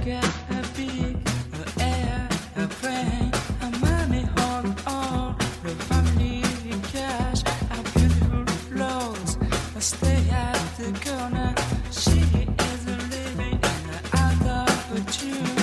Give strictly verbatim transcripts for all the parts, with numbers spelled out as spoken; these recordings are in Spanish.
get a big airplane, a money haul, all the family cash, a beautiful clothes, I stay at the corner. She is living in the out of a tune.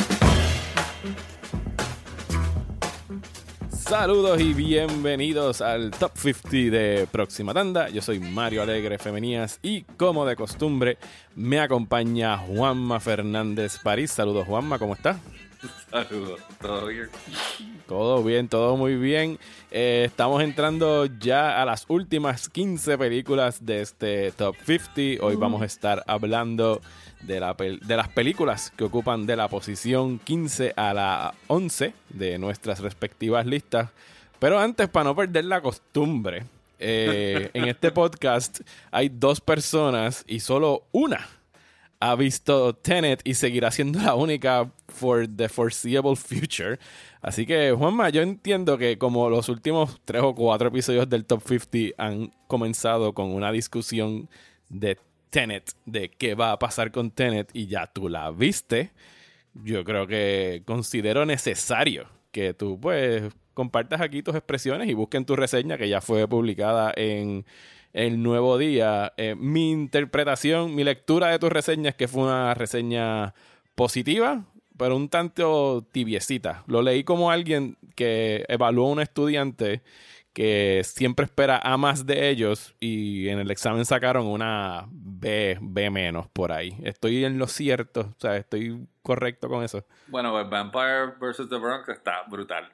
Saludos y bienvenidos al Top cincuenta de Próxima Tanda. Yo soy Mario Alegre Femenías y como de costumbre me acompaña Juanma Fernández París. Saludos, Juanma, ¿cómo estás? Saludos, ¿todo bien? Todo bien, todo muy bien. Eh, estamos entrando ya a las últimas quince películas de este Top cincuenta. Hoy vamos a estar hablando de, la pel- de las películas que ocupan de la posición quince a la once de nuestras respectivas listas. Pero antes, para no perder la costumbre, eh, en este podcast hay dos personas y solo una ha visto Tenet y seguirá siendo la única for the foreseeable future. Así que, Juanma, yo entiendo que como los últimos tres o cuatro episodios del Top cincuenta han comenzado con una discusión de Tenet, de qué va a pasar con Tenet, y ya tú la viste, yo creo que considero necesario que tú, pues, compartas aquí tus expresiones y busquen tu reseña, que ya fue publicada en El Nuevo Día. Eh, mi interpretación, mi lectura de tu reseña es que fue una reseña positiva, pero un tanto tibiecita. Lo leí como alguien que evaluó a un estudiante que siempre espera a más de ellos y en el examen sacaron una B, B menos por ahí. Estoy en lo cierto, o sea, estoy correcto con eso. Bueno, pues Vampire versus The Bronx está brutal.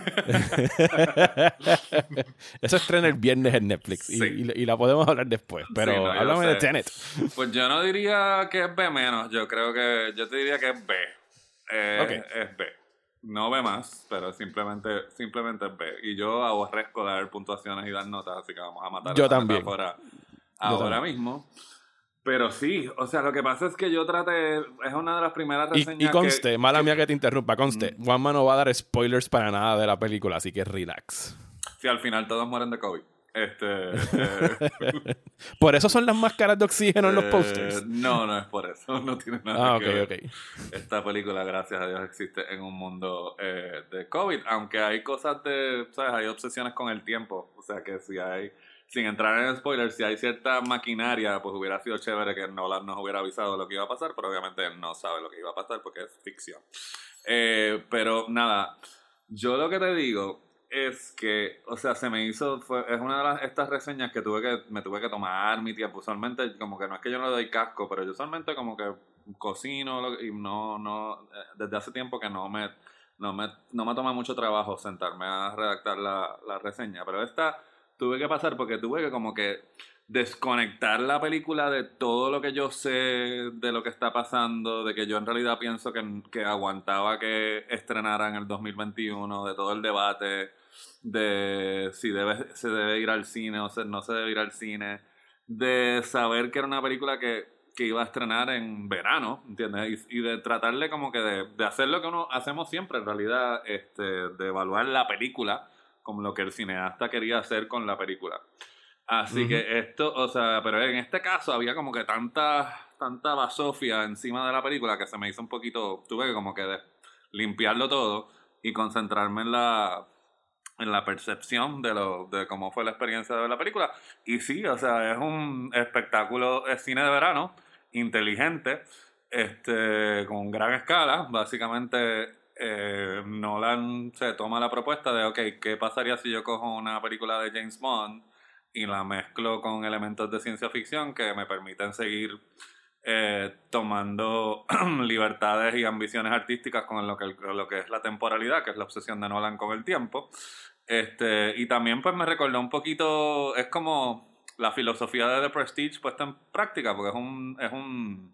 Eso estrena el viernes en Netflix, y, Sí. y, y la podemos hablar después, pero Sí, no, yo háblame sé. de Tenet. Pues yo no diría que es B menos, yo creo que, yo te diría que es B. Eh, Ok. Es B. No B más, pero simplemente, simplemente es B. Y yo aborrezco dar puntuaciones y dar notas, así que vamos a matar Yo esa también. metáfora Yo ahora también. mismo. Pero sí, o sea, lo que pasa es que yo traté, es una de las primeras Y, reseñas y conste, que, mala que- mía que te interrumpa, conste, Juanma no va a dar spoilers para nada de la película, así que relax. Sí, al final todos mueren de COVID. Este, eh, Por eso son las máscaras de oxígeno en los eh, posters. No, no es por eso. No tiene nada Ah, que ok, ver. ok. Esta película, gracias a Dios, existe en un mundo eh, de COVID. Aunque hay cosas de, ¿sabes? Hay obsesiones con el tiempo. O sea que si hay, sin entrar en spoilers, si hay cierta maquinaria, pues hubiera sido chévere que Nolan nos hubiera avisado lo que iba a pasar. Pero obviamente él no sabe lo que iba a pasar porque es ficción. Eh, pero nada, yo lo que te digo es que, o sea, se me hizo, fue, es una de las, estas reseñas que tuve que, me tuve que tomar mi tiempo. Usualmente, como que no es que yo no le doy casco, pero yo usualmente como que cocino lo- y no, no, eh, desde hace tiempo que no me, no me, no me toma mucho trabajo sentarme a redactar la, la reseña. Pero esta tuve que pasar porque tuve que como que desconectar la película de todo lo que yo sé de lo que está pasando, de que yo en realidad pienso que, que aguantaba que estrenara en el dos mil veintiuno, de todo el debate de si debe, se debe ir al cine o se, no se debe ir al cine, de saber que era una película que, que iba a estrenar en verano, ¿entiendes? Y, y de tratarle como que de, de hacer lo que uno hacemos siempre, en realidad, este, de evaluar la película como lo que el cineasta quería hacer con la película. Así Ujú. que esto, o sea, pero en este caso había como que tanta, tanta basofia encima de la película que se me hizo un poquito, tuve que como que de- limpiarlo todo y concentrarme en la, en la percepción de lo, de cómo fue la experiencia de la película. Y sí, o sea, es un espectáculo, es cine de verano, inteligente, este, con gran escala, básicamente. Eh, Nolan se toma la propuesta de, ok, ¿qué pasaría si yo cojo una película de James Bond y la mezclo con elementos de ciencia ficción que me permiten seguir eh, tomando libertades y ambiciones artísticas con lo que, lo que es la temporalidad, que es la obsesión de Nolan con el tiempo? Este, y también pues me recordó un poquito, es como la filosofía de The Prestige puesta en práctica, porque es un, es un,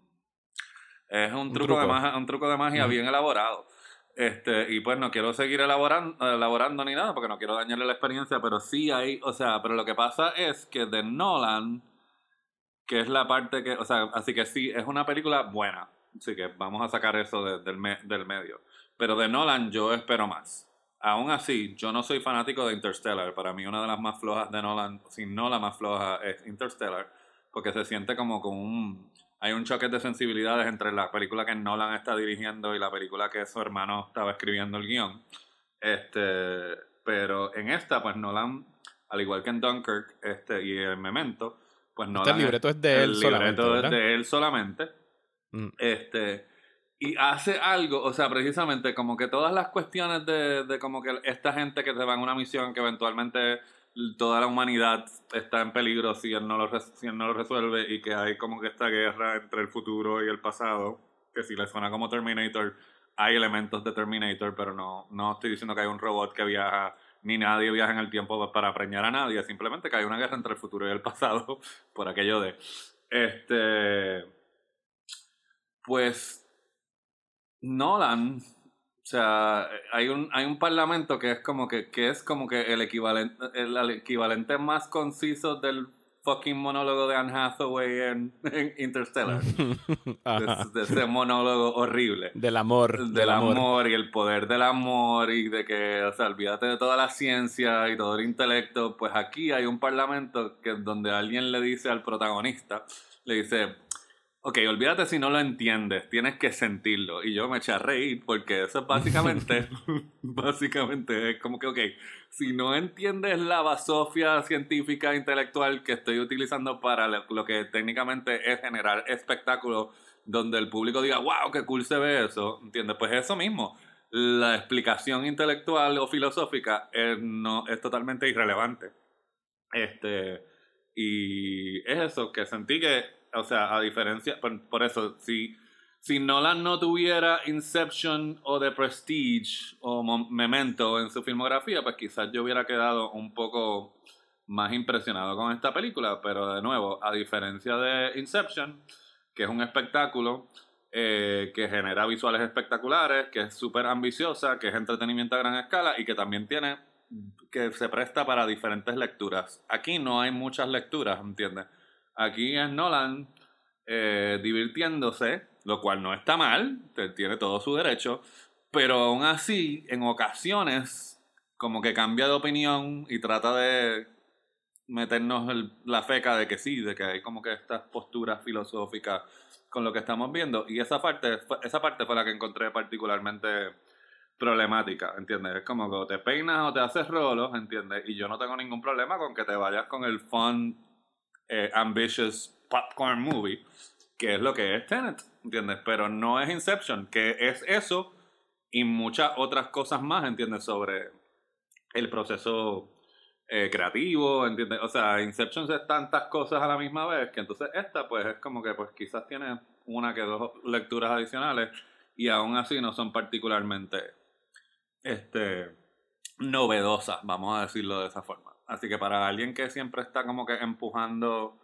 es un, Un truco, truco. De magia, un truco de magia Ujú. bien elaborado. Este, y pues no quiero seguir elaborando, elaborando ni nada porque no quiero dañarle la experiencia, pero sí hay, o sea, pero lo que pasa es que de Nolan, que es la parte que, o sea, así que sí, es una película buena, así que vamos a sacar eso de, del, me, del medio, pero de Nolan yo espero más. Aún así, yo no soy fanático de Interstellar. Para mí una de las más flojas de Nolan, si no la más floja, es Interstellar, porque se siente como con un hay un choque de sensibilidades entre la película que Nolan está dirigiendo y la película que su hermano estaba escribiendo el guión. Este, pero en esta, pues Nolan, al igual que en Dunkirk este, y en Memento, pues Nolan... Este libreto es de él el solamente, libreto ¿verdad? es de él solamente. Mm. Este, y hace algo, o sea, precisamente como que todas las cuestiones de, de como que esta gente que se va en una misión que eventualmente toda la humanidad está en peligro si él no lo, res- si él no lo resuelve y que hay como que esta guerra entre el futuro y el pasado, que si le suena como Terminator, hay elementos de Terminator, pero no, no estoy diciendo que hay un robot que viaja, ni nadie viaja en el tiempo para preñar a nadie, simplemente que hay una guerra entre el futuro y el pasado por aquello de... Este... Pues Nolan, o sea, hay un, hay un parlamento que es como que, que es como que el equivalente, el, el equivalente más conciso del fucking monólogo de Anne Hathaway en, en Interstellar. Ajá. De, de ese monólogo horrible. Del amor. Del, Del amor. amor y el poder del amor y de que, o sea, olvídate de toda la ciencia y todo el intelecto. Pues aquí hay un parlamento que donde alguien le dice al protagonista, le dice... Ok, olvídate si no lo entiendes, tienes que sentirlo. Y yo me eché a reír porque eso es básicamente, básicamente es como que, ok, si no entiendes la basofia científica intelectual que estoy utilizando para lo que técnicamente es generar espectáculo donde el público diga, wow, qué cool se ve eso, ¿entiendes? Pues eso mismo, la explicación intelectual o filosófica es, no, es totalmente irrelevante. Este, y es eso, que sentí que o sea, a diferencia, por, por eso, si, si Nolan no tuviera Inception o The Prestige o Mo- Memento en su filmografía, pues quizás yo hubiera quedado un poco más impresionado con esta película, pero de nuevo, a diferencia de Inception, que es un espectáculo eh, que genera visuales espectaculares, que es súper ambiciosa, que es entretenimiento a gran escala y que también tiene, que se presta para diferentes lecturas. Aquí no hay muchas lecturas, ¿entiendes? Aquí es Nolan eh, divirtiéndose, lo cual no está mal, tiene todo su derecho, pero aún así, en ocasiones, como que cambia de opinión y trata de meternos el, la feca de que sí, de que hay como que estas posturas filosóficas con lo que estamos viendo, y esa parte, esa parte fue la que encontré particularmente problemática, ¿entiendes? Es como que te peinas o te haces rolos, ¿entiendes? Y yo no tengo ningún problema con que te vayas con el fun Eh, ambitious popcorn movie, que es lo que es Tenet, ¿entiendes? Pero no es Inception, que es eso y muchas otras cosas más, ¿entiendes? Sobre el proceso eh, creativo, ¿entiendes? O sea, Inception es tantas cosas a la misma vez que entonces esta pues es como que pues quizás tiene una que dos lecturas adicionales y aún así no son particularmente este novedosas, vamos a decirlo de esa forma. Así que para alguien que siempre está como que empujando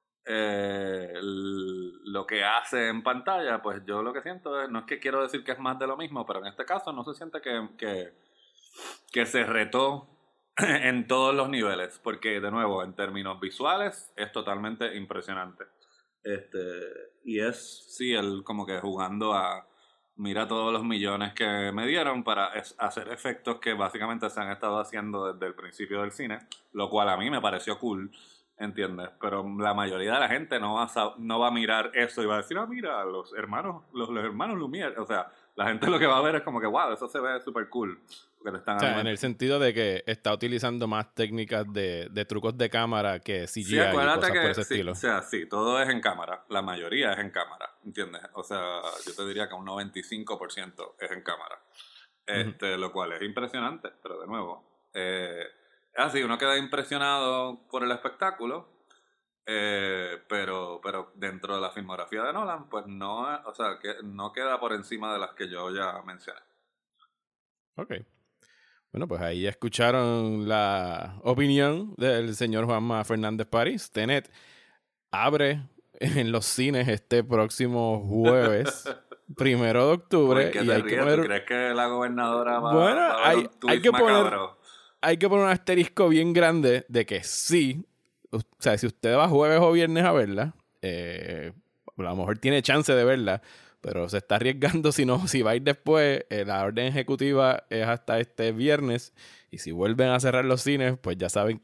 eh, el- lo que hace en pantalla, pues yo lo que siento es, no es que quiero decir que es más de lo mismo, pero en este caso no se siente que, que, que se retó en todos los niveles, porque de nuevo, en términos visuales, es totalmente impresionante. Este, y es, sí, él como que jugando a mira todos los millones que me dieron para es- hacer efectos que básicamente se han estado haciendo desde el principio del cine, lo cual a mí me pareció cool, ¿entiendes? Pero la mayoría de la gente no va a, sab- no va a mirar eso y va a decir, ah, mira, los hermanos, los, los hermanos Lumière, o sea, la gente lo que va a ver es como que, wow, eso se ve súper cool, porque te están O sea, en argumentando. el sentido de que está utilizando más técnicas de, de trucos de cámara que C G I Sí, y acuérdate cosas por que, ese sí, estilo. o sea, sí, todo es en cámara. La mayoría es en cámara, ¿entiendes? O sea, yo te diría que un noventa y cinco por ciento es en cámara. Este, lo cual es impresionante, pero de nuevo, eh, es así, uno queda impresionado por el espectáculo, eh, pero, pero dentro de la filmografía de Nolan, pues no, o sea, que no queda por encima de las que yo ya mencioné. Ok. Bueno, pues ahí ya escucharon la opinión del señor Juanma Fernández París. Tenet abre en los cines este próximo jueves, primero de octubre. ¿Por qué y te hay que ríes? poner... ¿Tú crees que la gobernadora va, Bueno, va a hay, ver un hay twist que poner, macabro? hay que poner un asterisco bien grande de que sí, o sea, si usted va jueves o viernes a verla, eh, a lo mejor tiene chance de verla, pero se está arriesgando si no, si va a ir después. Eh, la orden ejecutiva es hasta este viernes y si vuelven a cerrar los cines, pues ya saben que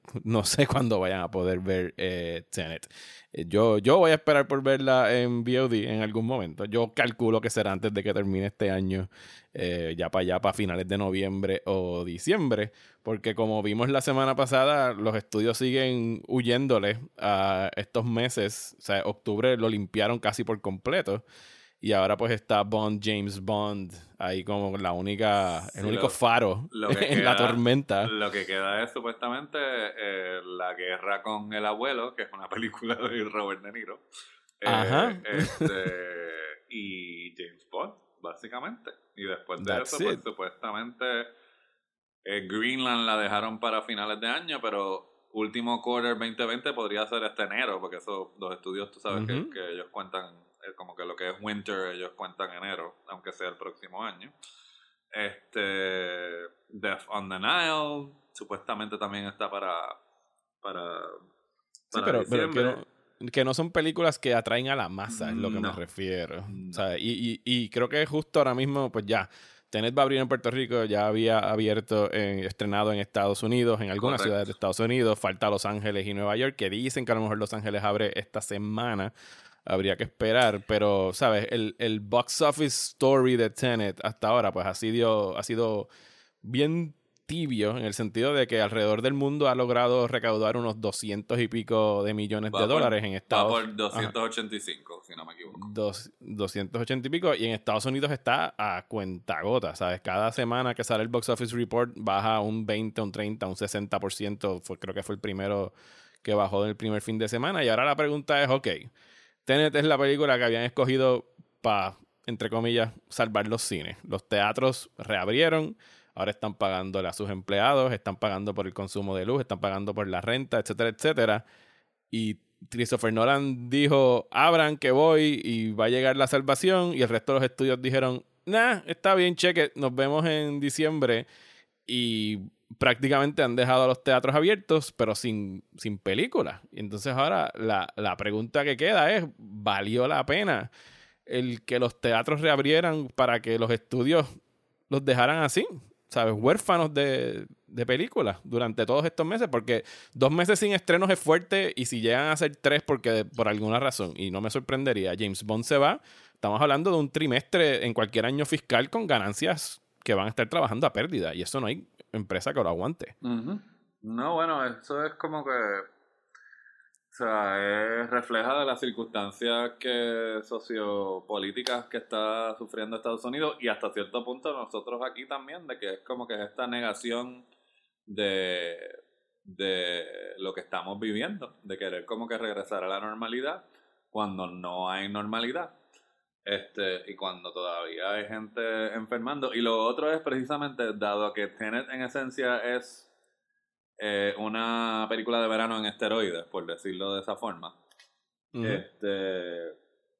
no sé cuándo vayan a poder ver eh, Tenet. Eh, Yo, yo voy a esperar por verla en V O D en algún momento. Yo calculo que será antes de que termine este año, eh, ya para allá, para finales de noviembre o diciembre, porque como vimos la semana pasada, los estudios siguen huyéndole a estos meses. O sea, octubre lo limpiaron casi por completo. Y ahora pues está Bond, James Bond, ahí como la única, el Sí, único lo- faro Lo que en la queda, tormenta. lo que queda es supuestamente eh, La guerra con el abuelo, que es una película de Robert De Niro. Eh, Ajá. este, y James Bond, básicamente. Y después de That's eso, pues it. supuestamente eh, Greenland la dejaron para finales de año, pero último quarter veinte veinte podría ser este enero, porque eso, los estudios, tú sabes que, Ujú. que ellos cuentan, eh, como que lo que es winter, ellos cuentan enero, aunque sea el próximo año. Este, Death on the Nile, supuestamente también está para, para, Sí, para pero, pero que diciembre. no, que no son películas que atraen a la masa, es lo que me No, refiero. O no. sea, y, y, y creo que justo ahora mismo, pues ya, Tenet va a abrir en Puerto Rico, ya había abierto, en- estrenado en Estados Unidos, en algunas Correcto. ciudades de Estados Unidos, falta Los Ángeles y Nueva York, que dicen que a lo mejor Los Ángeles abre esta semana, habría que esperar, pero, ¿sabes? El, el box office story de Tenet hasta ahora, pues ha sido, ha sido bien tibio en el sentido de que alrededor del mundo ha logrado recaudar unos doscientos y pico de millones Va de por, dólares en va Estados por Unidos. doscientos ochenta y cinco, si no me equivoco. Dos, doscientos ochenta y pico, y en Estados Unidos está a cuentagotas, ¿sabes? Cada semana que sale el Box Office Report baja un veinte, un treinta, un sesenta por ciento. Fue, creo que fue el primero que bajó del primer fin de semana. Y ahora la pregunta es, ok, Tenet es la película que habían escogido para, entre comillas, salvar los cines. Los teatros reabrieron, ahora están pagándole a sus empleados, están pagando por el consumo de luz, están pagando por la renta, etcétera, etcétera. Y Christopher Nolan dijo, abran que voy y va a llegar la salvación. Y el resto de los estudios dijeron, nah, está bien, cheque, nos vemos en diciembre. Y prácticamente han dejado a los teatros abiertos, pero sin, sin películas. Y entonces ahora la, la pregunta que queda es, ¿valió la pena el que los teatros reabrieran para que los estudios los dejaran así? ¿Sabes? Huérfanos de, de películas durante todos estos meses, porque dos meses sin estrenos es fuerte, y si llegan a ser tres porque por alguna razón, y no me sorprendería, James Bond se va, estamos hablando de un trimestre en cualquier año fiscal con ganancias que van a estar trabajando a pérdida, y eso no hay empresa que lo aguante. Ujú. No, bueno, eso es como que, o sea, es refleja de las circunstancias que sociopolíticas que está sufriendo Estados Unidos, y hasta cierto punto nosotros aquí también, de que es como que es esta negación de, de lo que estamos viviendo, de querer como que regresar a la normalidad cuando no hay normalidad. Este, y cuando todavía hay gente enfermando. Y lo otro es precisamente, dado que Tenet en esencia es eh, una película de verano en esteroides, por decirlo de esa forma. Ujú. Este,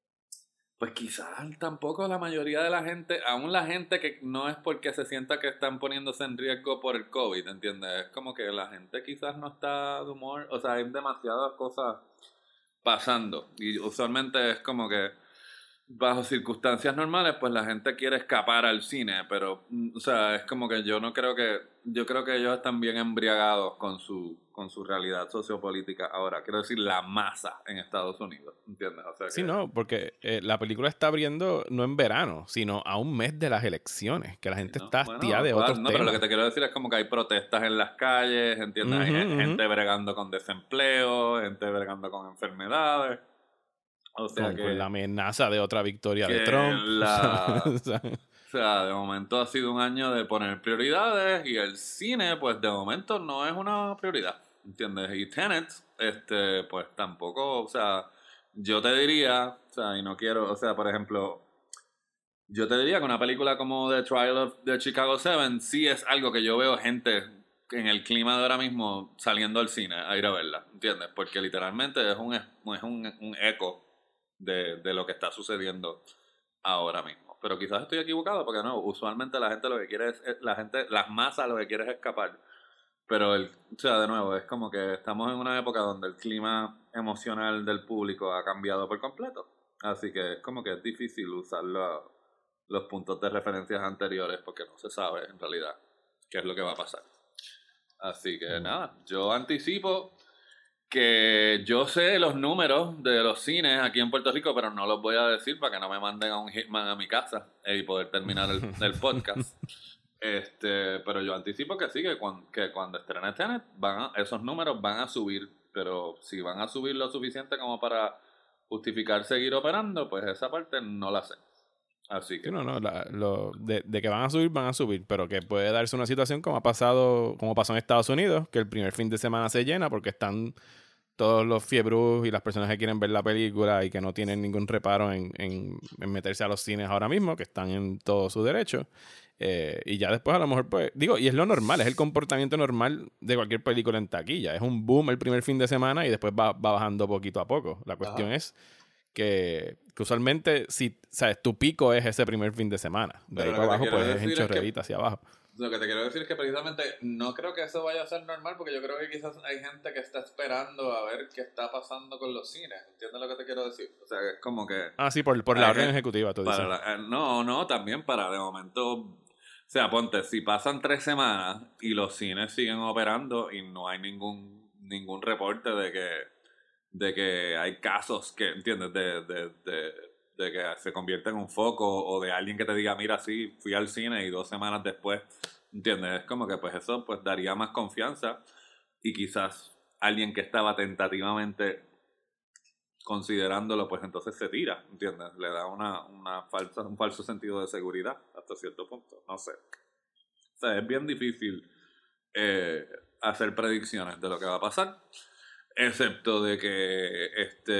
pues quizás tampoco la mayoría de la gente, aún la gente que no es porque se sienta que están poniéndose en riesgo por el COVID, ¿entiendes? Es como que la gente quizás no está de humor, o sea, hay demasiadas cosas pasando, y usualmente es como que bajo circunstancias normales, pues la gente quiere escapar al cine, pero, mm, o sea, es como que yo no creo que, yo creo que ellos están bien embriagados con su, con su realidad sociopolítica ahora. Quiero decir, la masa en Estados Unidos, ¿entiendes? O sea que, Sí, no, porque eh, la película está abriendo no en verano, sino a un mes de las elecciones, que la gente ¿no? está Bueno, hastiada de claro, otros no, pero lo temas. que te quiero decir es como que hay protestas en las calles, ¿entiendes? Hay Ujú, gen- ujú. gente bregando con desempleo, gente bregando con enfermedades. O sea Con, que, con la amenaza de otra victoria de que Trump. la, O sea, O sea, de momento ha sido un año de poner prioridades, y el cine, pues de momento no es una prioridad, ¿entiendes? Y Tenet, este, pues tampoco, o sea, yo te diría, o sea, y no quiero, o sea, por ejemplo, yo te diría que una película como The Trial of the Chicago Seven sí es algo que yo veo gente en el clima de ahora mismo saliendo al cine a ir a verla, ¿entiendes? Porque literalmente es un, es un, un eco de, de lo que está sucediendo ahora mismo. Pero quizás estoy equivocado, porque no, usualmente la gente lo que quiere es, la gente, las masas lo que quiere es escapar. Pero, el, o sea, de nuevo, es como que estamos en una época donde el clima emocional del público ha cambiado por completo. Así que es como que es difícil usar la- los puntos de referencias anteriores, porque no se sabe en realidad qué es lo que va a pasar. Así que nada, yo anticipo que yo sé los números de los cines aquí en Puerto Rico, pero no los voy a decir para que no me manden a un hitman a mi casa y poder terminar el, el podcast. Este, pero yo anticipo que sí, que cuando, que cuando estrene Tenet, van a, esos números van a subir, pero si van a subir lo suficiente como para justificar seguir operando, pues esa parte no la sé. Así que... Sí, no, no, la, lo, de, de que van a subir, van a subir, pero que puede darse una situación como ha pasado, como pasó en Estados Unidos, que el primer fin de semana se llena porque están todos los fiebrus y las personas que quieren ver la película y que no tienen ningún reparo en, en, en meterse a los cines ahora mismo, que están en todo su derecho. Eh, y ya después a lo mejor, pues, digo, y es lo normal, es el comportamiento normal de cualquier película en taquilla. Es un boom el primer fin de semana y después va, va bajando poquito a poco. La cuestión Ajá. es que, que usualmente, si, sabes, tu pico es ese primer fin de semana. De ahí para abajo, pues es en chorrerita hacia abajo. Lo que te quiero decir es que precisamente no creo que eso vaya a ser normal, porque yo creo que quizás hay gente que está esperando a ver qué está pasando con los cines. ¿Entiendes lo que te quiero decir? O sea, es como que... Ah, sí, por, por la orden ejecutiva, tú dices. La, no, no, también para de momento... O sea, ponte, si pasan tres semanas y los cines siguen operando y no hay ningún ningún reporte de que de que hay casos que, ¿entiendes? De, de, de, de que se convierte en un foco o de alguien que te diga, mira, sí, fui al cine y dos semanas después, ¿entiendes? Es como que pues eso pues daría más confianza y quizás alguien que estaba tentativamente considerándolo, pues entonces se tira, ¿entiendes? Le da una, una falsa, un falso sentido de seguridad hasta cierto punto, no sé. O sea, es bien difícil eh, hacer predicciones de lo que va a pasar, excepto de que este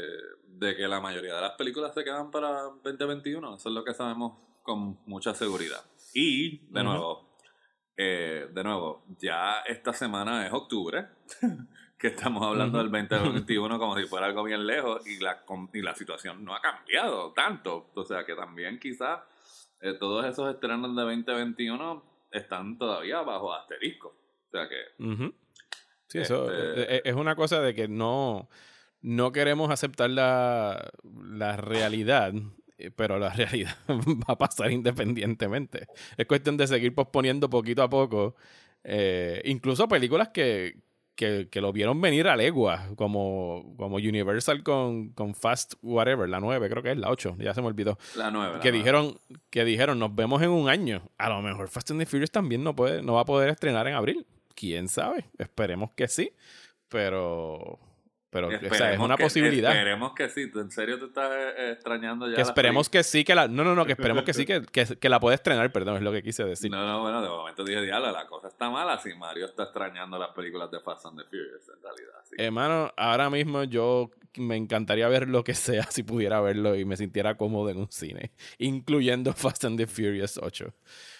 de que la mayoría de las películas se quedan para veinte veintiuno, eso es lo que sabemos con mucha seguridad. Y, de nuevo, uh-huh. eh, de nuevo, ya esta semana es octubre, que estamos hablando uh-huh. del veinte veintiuno como si fuera algo bien lejos y la, y la situación no ha cambiado tanto. O sea que también quizás eh, todos esos estrenos de veinte veintiuno están todavía bajo asterisco. O sea que... Uh-huh. Sí, eso este... es una cosa de que no, no queremos aceptar la, la realidad, pero la realidad va a pasar independientemente. Es cuestión de seguir posponiendo poquito a poco, eh, incluso películas que, que, que lo vieron venir a legua, como, como Universal con, con Fast Whatever, la nueve, creo que es la ocho, ya se me olvidó. La nueve. Que la dijeron, nueve. que dijeron, nos vemos en un año. A lo mejor Fast and the Furious también no, puede, no va a poder estrenar en abril. ¿Quién sabe? Esperemos que sí, pero... Pero o sea, es una que, posibilidad. Esperemos que sí. ¿En serio te estás eh, extrañando ya? Que esperemos que sí, que la... No, no, no, que esperemos que sí, que, que, que la puede estrenar, perdón, es lo que quise decir. No, no, bueno, de momento dije, diablo, la cosa está mala si Mario está extrañando las películas de Fast and the Furious, en realidad. Sí. Hermano, ahora mismo yo me encantaría ver lo que sea si pudiera verlo y me sintiera cómodo en un cine, incluyendo Fast and the Furious ocho.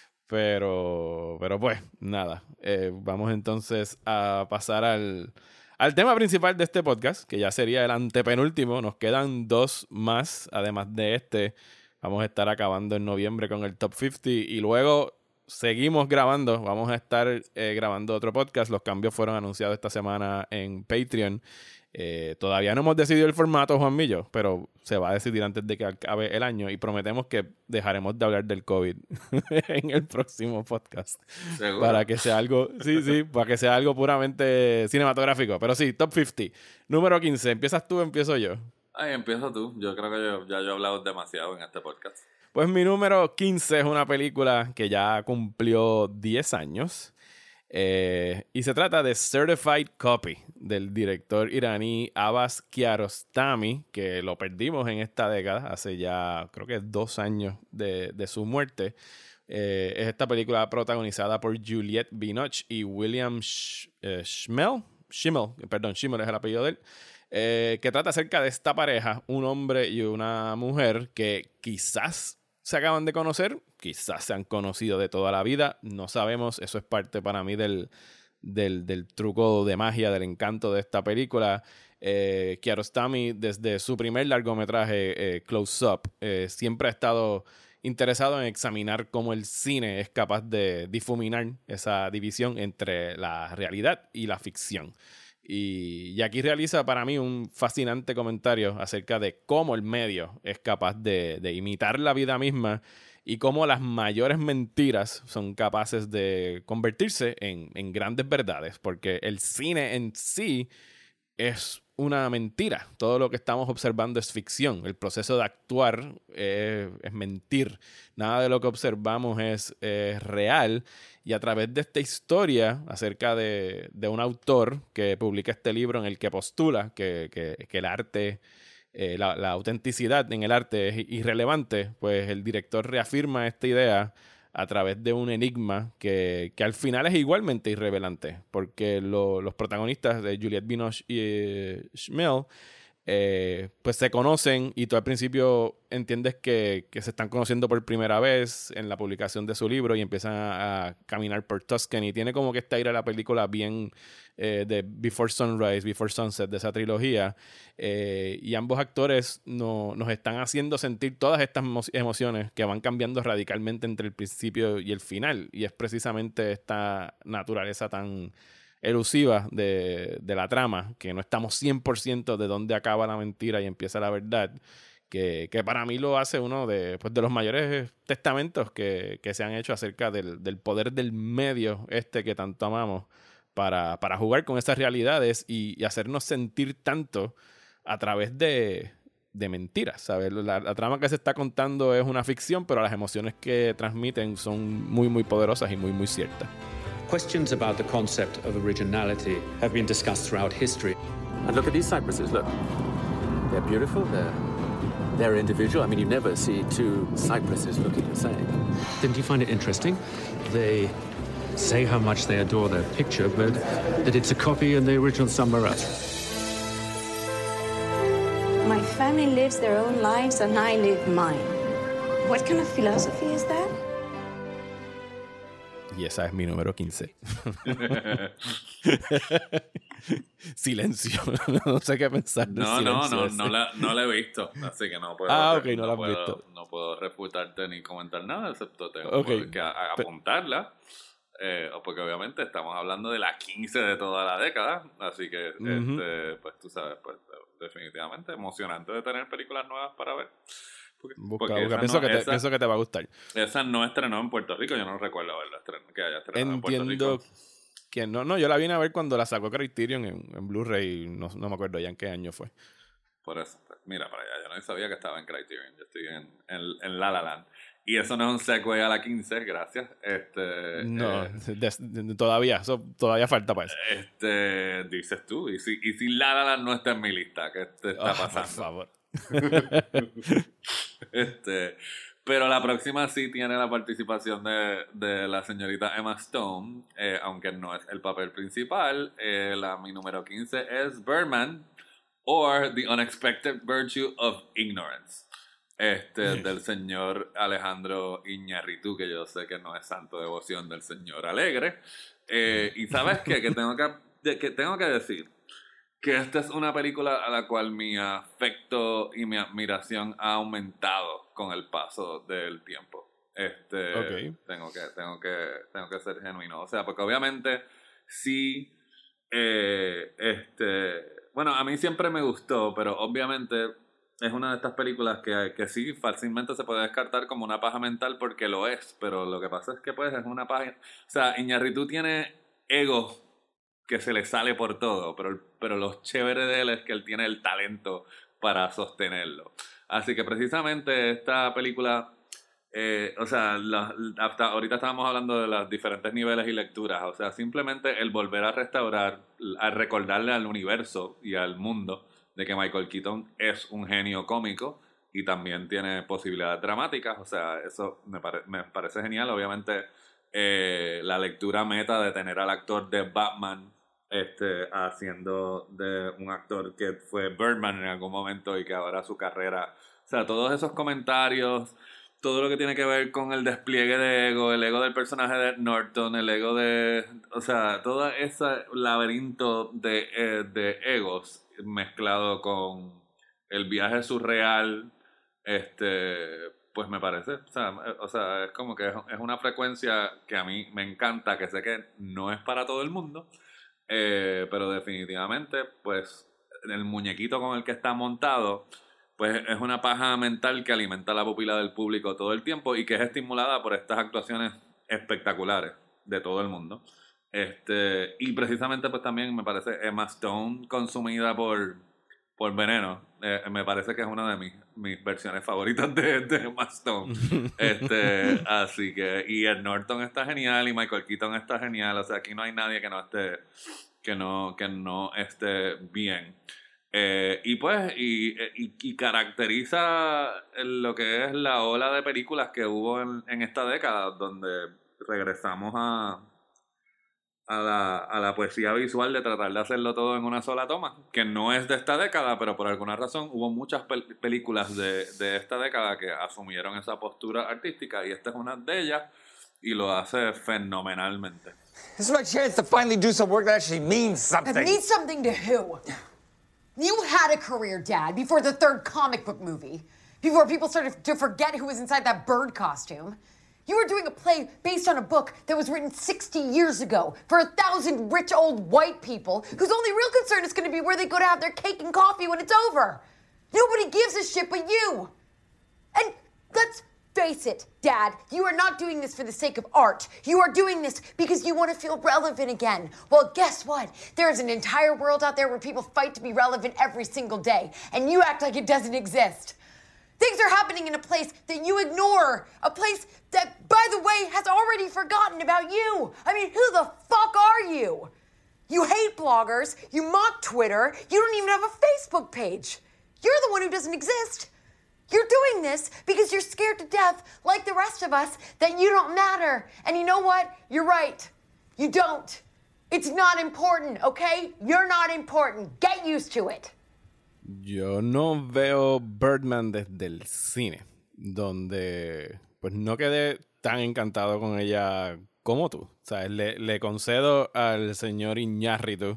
Pero, pero pues, nada. Eh, vamos entonces a pasar al... Al tema principal de este podcast, que ya sería el antepenúltimo. Nos quedan dos más, además de este. Vamos a estar acabando en noviembre con el Top cincuenta y luego seguimos grabando. Vamos a estar eh, grabando otro podcast. Los cambios fueron anunciados esta semana en Patreon. Eh, todavía no hemos decidido el formato, Juan Millo, pero se va a decidir antes de que acabe el año y prometemos que dejaremos de hablar del COVID en el próximo podcast. ¿Seguro? Para que sea algo, sí, sí, para que sea algo puramente cinematográfico. Pero sí, Top cincuenta. Número quince. ¿Empiezas tú o empiezo yo? Ay, empieza tú. Yo creo que yo, ya yo he hablado demasiado en este podcast. Pues mi número quince es una película que ya cumplió diez años. Eh, y se trata de Certified Copy, del director iraní Abbas Kiarostami, que lo perdimos en esta década, hace ya creo que dos años de, de su muerte. Eh, es esta película protagonizada por Juliette Binoche y William Sh- eh, Schimmel, Schimmel, perdón, Schimmel es el apellido de él, eh, que trata acerca de esta pareja, un hombre y una mujer que quizás se acaban de conocer, quizás se han conocido de toda la vida, no sabemos. Eso es parte para mí del, del, del truco de magia, del encanto de esta película. eh, Kiarostami, desde su primer largometraje, eh, Close Up, eh, siempre ha estado interesado en examinar cómo el cine es capaz de difuminar esa división entre la realidad y la ficción. Y, y aquí realiza para mí un fascinante comentario acerca de cómo el medio es capaz de, de imitar la vida misma y cómo las mayores mentiras son capaces de convertirse en, en grandes verdades, porque el cine en sí es una mentira. Todo lo que estamos observando es ficción. El proceso de actuar eh, es mentir. Nada de lo que observamos es, es real. Y a través de esta historia acerca de, de un autor que publica este libro en el que postula que, que, que el arte, eh, la, la autenticidad en el arte es irrelevante, pues el director reafirma esta idea a través de un enigma que, que al final es igualmente irrelevante, porque lo, los protagonistas de Juliette Binoche y eh, Schmel eh, pues se conocen y tú al principio entiendes que, que se están conociendo por primera vez en la publicación de su libro y empiezan a, a caminar por Tuscany. Tiene como que esta aire a la película bien eh, de Before Sunrise, Before Sunset, de esa trilogía. Eh, y ambos actores no, nos están haciendo sentir todas estas emo- emociones que van cambiando radicalmente entre el principio y el final. Y es precisamente esta naturaleza tan elusiva de, de la trama, que no estamos cien por ciento de dónde acaba la mentira y empieza la verdad, que, que para mí lo hace uno de, pues, de los mayores testamentos que, que se han hecho acerca del, del poder del medio este que tanto amamos para, para jugar con esas realidades y, y hacernos sentir tanto a través de, de mentiras, ¿sabes? La, la trama que se está contando es una ficción, pero las emociones que transmiten son muy, muy poderosas y muy, muy ciertas. Questions about the concept of originality have been discussed throughout history. And look at these cypresses, look. They're beautiful, they're, they're individual. I mean, you never see two cypresses looking the same. Didn't you find it interesting? They say how much they adore their picture, but that it's a copy and the original somewhere else. My family lives their own lives and I live mine. What kind of philosophy is that? Y esa es mi número quince. Silencio. No sé qué pensar del No, silencio no, no, ese. no la, no la he visto, así que no puedo, Ah, ok, no la has puedo, visto. no puedo refutarte ni comentar nada, excepto tengo Ok. que a- a apuntarla, eh, porque obviamente estamos hablando de la quince de toda la década, así que, Ujú. este, pues tú sabes, pues definitivamente emocionante de tener películas nuevas para ver. Porque, Busca, porque busca. esa Pienso, no- que te, esa- pienso que te va a gustar. esa no estrenó en Puerto Rico, yo no recuerdo haberla estrenado, que haya estrenado en Puerto Entiendo Rico. que no, no, yo la vine a ver cuando la sacó Criterion en, en Blu-ray, no, no me acuerdo ya en qué año fue. Por eso, pues, mira para allá, yo no sabía que estaba en Criterion, yo estoy en, en, en La La Land. Y eso no es un segue a la quince, gracias. Este, No, eh, de- de- todavía, eso todavía falta para eso. este, dices tú, y si, y si La La Land no está en mi lista, ¿qué te está Ah, por pasando? favor. Este, pero la próxima sí tiene la participación de, de la señorita Emma Stone, eh, aunque no es el papel principal. Eh, la, mi número quince es Birdman, or The Unexpected Virtue of Ignorance. Este, del señor Alejandro Iñárritu, que yo sé que no es santo devoción del señor Alegre. Eh, y ¿sabes qué? Que tengo que, de- que tengo que decir que esta es una película a la cual mi afecto y mi admiración ha aumentado con el paso del tiempo. Este, Ok. tengo que, tengo que, tengo que ser genuino. O sea, porque obviamente sí, eh, este, bueno, a mí siempre me gustó, pero obviamente es una de estas películas que, que sí fácilmente se puede descartar como una paja mental porque lo es, pero lo que pasa es que pues es una paja, o sea, Iñárritu tiene ego que se le sale por todo, pero, pero lo chévere de él es que él tiene el talento para sostenerlo. Así que precisamente esta película, eh, o sea, la- hasta ahorita estábamos hablando de los diferentes niveles y lecturas, o sea, simplemente el volver a restaurar, a recordarle al universo y al mundo de que Michael Keaton es un genio cómico y también tiene posibilidades dramáticas, o sea, eso me, pare- me parece genial, obviamente eh, la lectura meta de tener al actor de Batman este, haciendo de un actor que fue Birdman en algún momento y que ahora su carrera, o sea, todos esos comentarios, todo lo que tiene que ver con el despliegue de ego, el ego del personaje de Norton, el ego de, o sea, todo ese laberinto de, eh, de egos mezclado con el viaje surreal, este, pues me parece, o sea, eh, o sea, es como que es, es una frecuencia que a mí me encanta, que sé que no es para todo el mundo, Eh, pero definitivamente, pues, el muñequito con el que está montado, pues es una paja mental que alimenta la pupila del público todo el tiempo y que es estimulada por estas actuaciones espectaculares de todo el mundo. Este, y precisamente pues también me parece Emma Stone consumida por, por veneno. Eh, me parece que es una de mis, mis versiones favoritas de, de Emma Stone. Este, así que, y Ed Norton está genial y Michael Keaton está genial. O sea, aquí no hay nadie que no esté, que no, que no esté bien. Eh, y pues, y, y, y caracteriza lo que es la ola de películas que hubo en, en esta década, donde regresamos a, a, la, a la poesía visual de tratar de hacerlo todo en una sola toma, que no es de esta década, pero por alguna razón hubo muchas pel- películas de, de esta década que asumieron esa postura artística, y esta es una de ellas, y lo hace fenomenalmente. This is my chance to finally do some work that actually means something. That means something to who? You had a career, Dad, before the third comic book movie. Before people started to forget who was inside that bird costume. You were doing a play based on a book that was written sixty years ago for a thousand rich old white people whose only real concern is going to be where they go to have their cake and coffee when it's over. Nobody gives a shit but you. And let's face it, Dad, you are not doing this for the sake of art. You are doing this because you want to feel relevant again. Well, guess what? There is an entire world out there where people fight to be relevant every single day, and you act like it doesn't exist. Things are happening in a place that you ignore. A place that, by the way, has already forgotten about you. I mean, who the fuck are you? You hate bloggers. You mock Twitter. You don't even have a Facebook page. You're the one who doesn't exist. You're doing this because you're scared to death, like the rest of us, that you don't matter. And you know what? You're right. You don't. It's not important, okay? You're not important. Get used to it. Yo no veo Birdman desde el cine, donde pues no quedé tan encantado con ella como tú. O sea, le, le concedo al señor Iñárritu,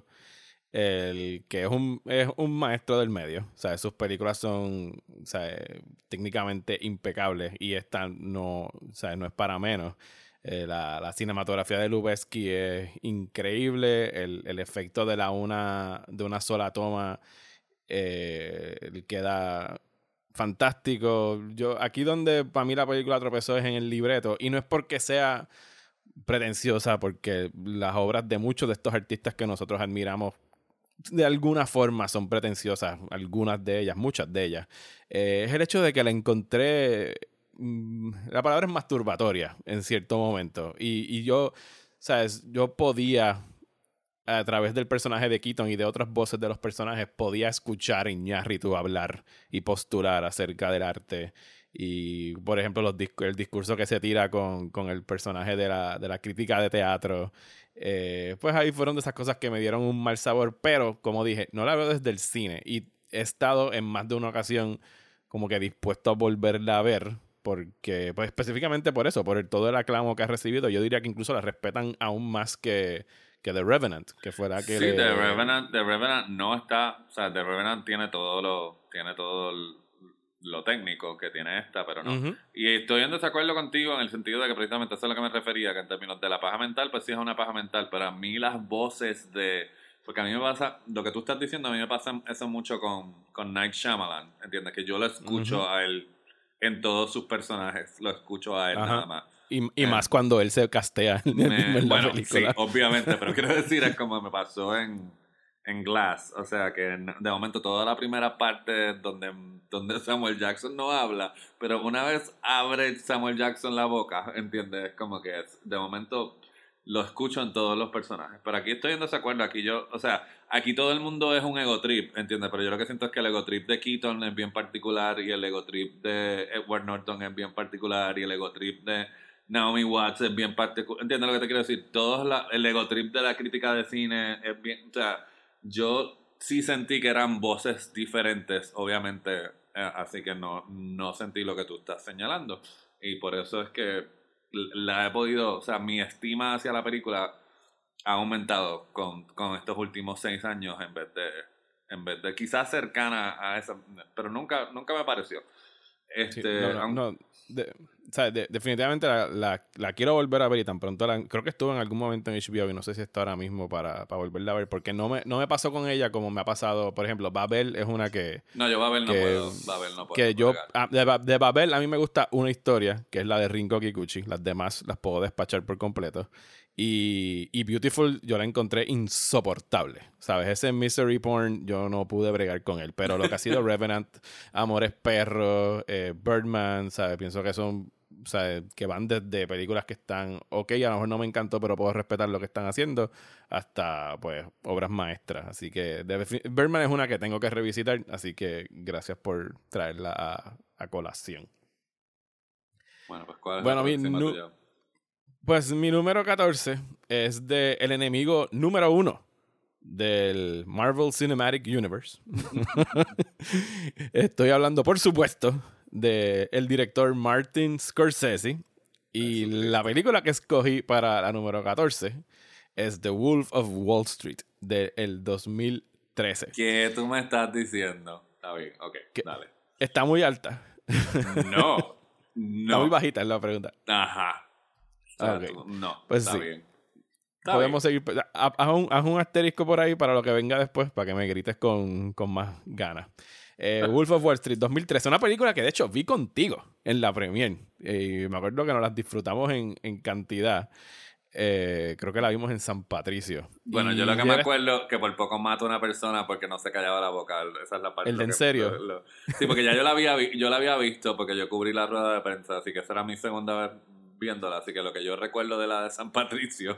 el que es un, es un maestro del medio. O sea, sus películas son, o sea, técnicamente impecables, y esta no, o sea, no es para menos. Eh, la, la cinematografía de Lubezki es increíble. El, el efecto de la una de una sola toma eh, queda fantástico. Yo, aquí donde para mí la película tropezó es en el libreto, y no es porque sea pretenciosa, porque las obras de muchos de estos artistas que nosotros admiramos de alguna forma son pretenciosas, algunas de ellas, muchas de ellas. Eh, es el hecho de que la encontré, mmm, la palabra es masturbatoria en cierto momento, y, y yo, ¿sabes? Yo podía, a través del personaje de Keaton y de otras voces de los personajes, podía escuchar a Iñárritu hablar y postular acerca del arte. Y, por ejemplo, los disc- el discurso que se tira con, con el personaje de la, de la crítica de teatro. Eh, pues ahí fueron de esas cosas que me dieron un mal sabor. Pero, como dije, no la veo desde el cine. Y he estado en más de una ocasión como que dispuesto a volverla a ver. Porque, pues específicamente por eso, por el, todo el aclamo que ha recibido. Yo diría que incluso la respetan aún más que, que The Revenant, que fuera que Sí, le... The Revenant, The Revenant no está... O sea, The Revenant tiene todo lo... Tiene todo el, lo técnico que tiene esta, pero no. Uh-huh. Y estoy en desacuerdo contigo en el sentido de que precisamente eso es a lo que me refería, que en términos de la paja mental, pues sí es una paja mental, pero a mí las voces de... Porque a mí me pasa, lo que tú estás diciendo, a mí me pasa eso mucho con, con Night Shyamalan, ¿entiendes? Que yo lo escucho uh-huh. a él en todos sus personajes, lo escucho a él uh-huh. nada más. Y, y eh, más cuando él se castea en, me, en la bueno, película. Sí, obviamente, pero quiero decir, es como me pasó en... en Glass, o sea que de momento toda la primera parte donde, donde Samuel Jackson no habla, pero una vez abre Samuel Jackson la boca, ¿entiendes? Es como que es, de momento lo escucho en todos los personajes, pero aquí estoy en desacuerdo, aquí yo, o sea, aquí todo el mundo es un ego trip, ¿entiendes? Pero yo lo que siento es que el ego trip de Keaton es bien particular, y el ego trip de Edward Norton es bien particular, y el ego trip de Naomi Watts es bien particular, ¿entiendes lo que te quiero decir? Todos la, el ego trip de la crítica de cine es bien, o sea, yo sí sentí que eran voces diferentes, obviamente, eh, así que no, no sentí lo que tú estás señalando. Y por eso es que la he podido, o sea, mi estima hacia la película ha aumentado con, con estos últimos seis años en vez de, en vez de quizás cercana a esa, pero nunca, nunca me pareció. Este, Sí, no, no, aun- no, de- o sea, de- definitivamente la, la, la quiero volver a ver y tan pronto la, creo que estuvo en algún momento en H B O y no sé si está ahora mismo para, para volverla a ver porque no me, no me pasó con ella como me ha pasado, por ejemplo, Babel es una que no, yo Babel no que- puedo. Babel no puedo. que yo bregar. ah, de, Ba- de Babel a mí me gusta una historia que es la de Ringo Kikuchi, las demás las puedo despachar por completo y, y Beautiful yo la encontré insoportable, ¿sabes? Ese misery porn yo no pude bregar con él, pero lo que ha sido Revenant, Amores Perros, eh, Birdman, ¿sabes? Pienso que son, ¿sabes? Que van desde películas que están ok, a lo mejor no me encantó, pero puedo respetar lo que están haciendo, hasta pues obras maestras, así que de, Birdman es una que tengo que revisitar, así que gracias por traerla a, a colación. Bueno, pues ¿cuál es Bueno, la mi próxima nu- tuya? Pues mi número catorce es de el enemigo número uno del Marvel Cinematic Universe. Estoy hablando, por supuesto, de el director Martin Scorsese. Y la película que escogí para la número catorce es The Wolf of Wall Street del dos mil trece. ¿Qué tú me estás diciendo? Está bien, ok, Que- dale. Está muy alta. No, Está no. muy bajita es la pregunta. Ajá. O sea, Ok. tú- no, Pues está sí. bien. Está Podemos bien. seguir. Haz haz un, haz un asterisco por ahí para lo que venga después, para que me grites con, con más ganas. Eh, Wolf of Wall Street dos mil trece, una película que de hecho vi contigo en la premiere. Y me acuerdo que nos las disfrutamos en, en cantidad. Eh, creo que la vimos en San Patricio. Bueno, Y yo lo que me era- acuerdo que por poco mato a una persona porque no se callaba la boca. Esa es la parte. ¿El de lo en que- serio? lo- lo- sí, porque ya yo la había vi- yo la había visto porque yo cubrí la rueda de prensa, así que esa era mi segunda vez viéndola. Así que lo que yo recuerdo de la de San Patricio.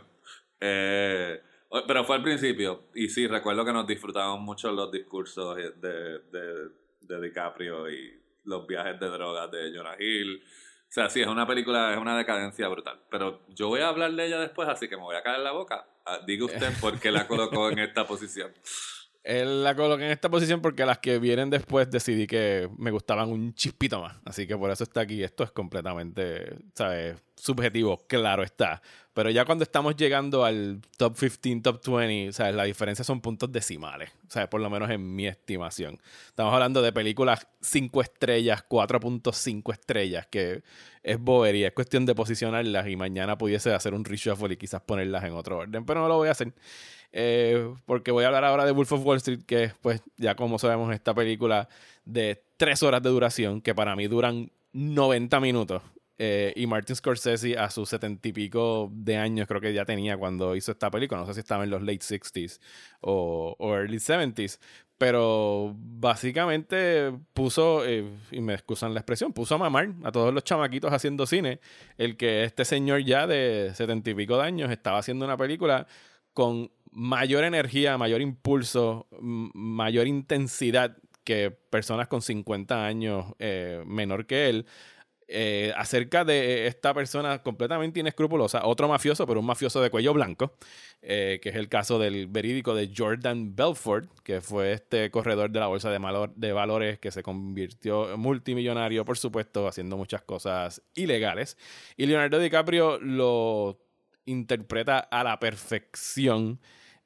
Eh, pero fue al principio. Y sí, recuerdo que nos disfrutábamos mucho los discursos de, de, de DiCaprio y los viajes de drogas de Jonah Hill. O sea, sí, es una película, es una decadencia brutal. Pero yo voy a hablar de ella después, así que me voy a caer la boca. Ah, diga usted por qué la colocó en esta posición. Él la coloqué en esta posición porque las que vienen después decidí que me gustaban un chispito más. Así que por eso está aquí. Esto es completamente, ¿sabes? Subjetivo, claro está. Pero ya cuando estamos llegando al top quince, top veinte, ¿sabes? La diferencia son puntos decimales. ¿Sabes? Por lo menos en mi estimación. Estamos hablando de películas cinco estrellas, cuatro punto cinco estrellas, que es bobería. Es cuestión de posicionarlas y mañana pudiese hacer un reshuffle y quizás ponerlas en otro orden. Pero no lo voy a hacer. Eh, porque voy a hablar ahora de Wolf of Wall Street, que es, pues, ya como sabemos, esta película de tres horas de duración, que para mí duran noventa minutos. Eh, y Martin Scorsese, a sus setenta y pico de años, creo que ya tenía cuando hizo esta película. No sé si estaba en los late sixties o, o early seventies. Pero básicamente puso, eh, y me excusan la expresión, puso a mamar a todos los chamaquitos haciendo cine. El que este señor ya de setenta y pico de años estaba haciendo una película con mayor energía, mayor impulso, m- mayor intensidad que personas con cincuenta años eh, menor que él, eh, acerca de esta persona completamente inescrupulosa, otro mafioso, pero un mafioso de cuello blanco, eh, que es el caso del verídico de Jordan Belfort, que fue este corredor de la bolsa de, malor- de valores que se convirtió en multimillonario, por supuesto, haciendo muchas cosas ilegales. Y Leonardo DiCaprio lo interpreta a la perfección.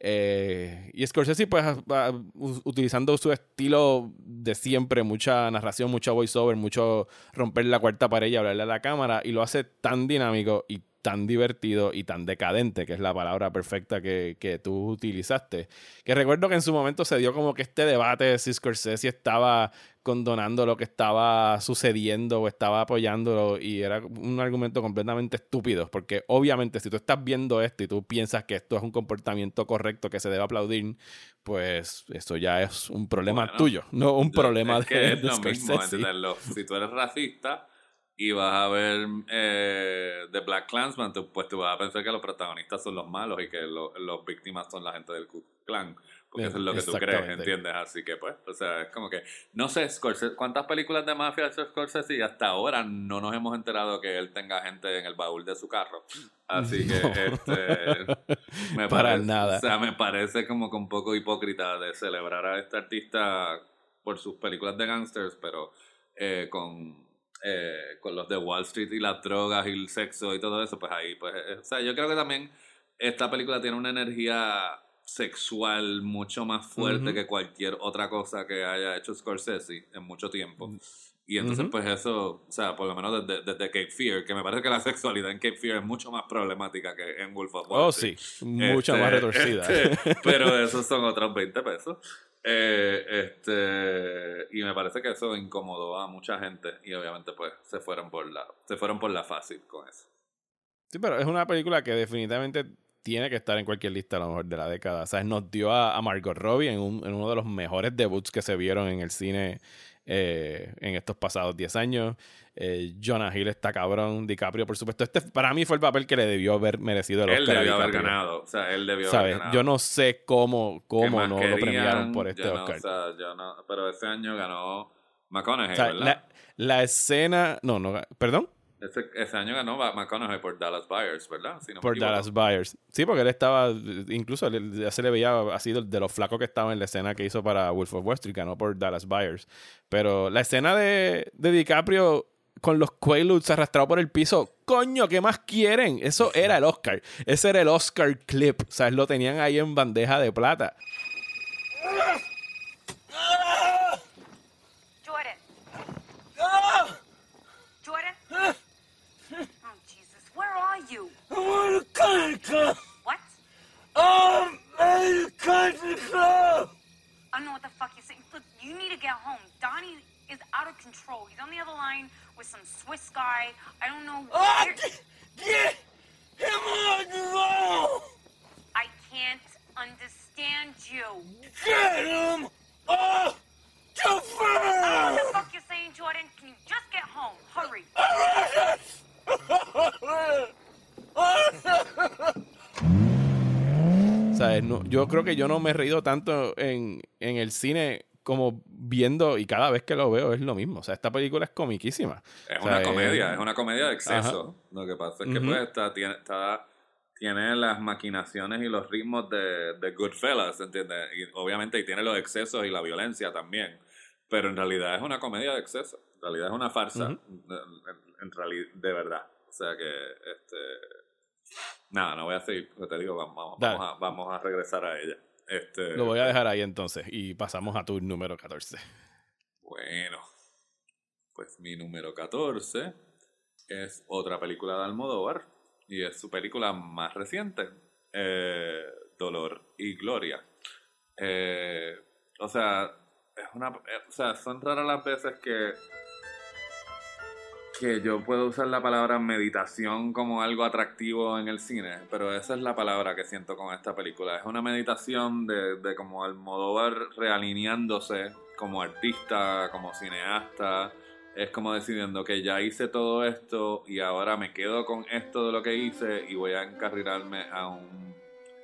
Eh, y Scorsese, pues, a- a- u- utilizando su estilo de siempre, mucha narración, mucho voiceover, mucho romper la cuarta pared y hablarle a la cámara, y lo hace tan dinámico y tan divertido y tan decadente, que es la palabra perfecta que, que tú utilizaste. Que recuerdo que en su momento se dio como que este debate de si Scorsese estaba condonando lo que estaba sucediendo o estaba apoyándolo, y era un argumento completamente estúpido, porque obviamente si tú estás viendo esto y tú piensas que esto es un comportamiento correcto que se debe aplaudir, pues eso ya es un problema Bueno, tuyo, no un Yo- problema es de, que es de lo mismo, Scorsese. ¿entendés? Lo- si tú eres racista y vas a ver eh, The Black Klansman, tú, pues tú vas a pensar que los protagonistas son los malos y que lo- los víctimas son la gente del Ku Klux Klan, porque eso es lo que tú crees, Exactamente. ¿entiendes? Así que pues, o sea, es como que, no sé, Scorsese, ¿cuántas películas de mafia ha hecho Scorsese? Y hasta ahora no nos hemos enterado que él tenga gente en el baúl de su carro. Así que, este, me Para parece, nada. O sea, me parece como que un poco hipócrita de celebrar a este artista por sus películas de gangsters, pero eh, con, eh, con los de Wall Street y las drogas y el sexo y todo eso, pues ahí, pues, eh, o sea, yo creo que también esta película tiene una energía sexual mucho más fuerte Ujú. que cualquier otra cosa que haya hecho Scorsese en mucho tiempo. Y entonces, Ujú. pues eso, o sea, por lo menos desde, desde Cape Fear, que me parece que la sexualidad en Cape Fear es mucho más problemática que en Wolf of Wall Oh, Street. sí. Mucha más retorcida. este, pero esos son otros veinte pesos. Eh, este, y me parece que eso incomodó a mucha gente. Y obviamente, pues, se fueron por la, se fueron por la fácil con eso. Sí, pero es una película que definitivamente tiene que estar en cualquier lista a lo mejor de la década. O sea, nos dio a, a Margot Robbie en, un, en uno de los mejores debuts que se vieron en el cine eh, en estos pasados diez años. Eh, Jonah Hill está cabrón. DiCaprio, por supuesto. Este para mí fue el papel que le debió haber merecido el Él Oscar a debió haber DiCaprio. ganado. O sea, él debió ¿Sabes? haber ganado. Yo no sé cómo, ¿Qué cómo más no querían? lo premiaron por este Yo no, Oscar. o sea, yo no, pero ese año ganó McConaughey, O sea, ¿verdad? la, la escena... No, no... ¿Perdón? Ese, ese año ganó McConaughey por Dallas Buyers, ¿verdad? Si no me Por equivoco. Dallas Buyers. Sí, porque él estaba, incluso él- ya se le veía así de, de lo flaco que estaba en la escena que hizo para Wolf of Wall Street, ganó por Dallas Buyers. Pero la escena de, de DiCaprio con los Quaaludes arrastrado por el piso, coño, ¿qué más quieren? Eso era el Oscar. Ese era el Oscar clip. O sea, lo tenían ahí en bandeja de plata. Jordan. Jordan? Oh, Jesus. Where are you? I want a country club. What? I'm at a country club. I don't know what the fuck you're saying. Look, you need to get home. Donnie is out of control. He's on the other line with some Swiss guy. I don't know. Oh, where- get, get him on the phone. I can't understand you. Get him off the I don't know what phone. the fuck you're saying, Jordan. Can you just get home? Hurry. ¿Sabes? No, yo creo que yo no me he reído tanto en, en el cine como viendo, y cada vez que lo veo es lo mismo. O sea, esta película es comiquísima. Es O sea, una comedia, es- es una comedia de exceso. Lo que pasa es que Ujú. pues está, tiene, está, tiene las maquinaciones y los ritmos de, de Goodfellas, ¿entiendes? Y obviamente y tiene los excesos y la violencia también. Pero en realidad es una comedia de exceso. En realidad es una farsa. Ujú. en, en realidad, de verdad. O sea que, este... Nada, no voy a seguir, porque te digo, vamos, Dale. vamos, a, vamos a regresar a ella. Este, Lo voy a dejar ahí entonces y pasamos a tu número catorce. Bueno, pues mi número catorce es otra película de Almodóvar y es su película más reciente, eh, Dolor y Gloria. Eh, o sea, es una, eh, o sea, son raras las veces que que yo puedo usar la palabra meditación como algo atractivo en el cine, pero esa es la palabra que siento con esta película. Es una meditación de, de como Almodóvar realineándose como artista, como cineasta. Es como decidiendo que ya hice todo esto y ahora me quedo con esto de lo que hice y voy a encarrilarme a un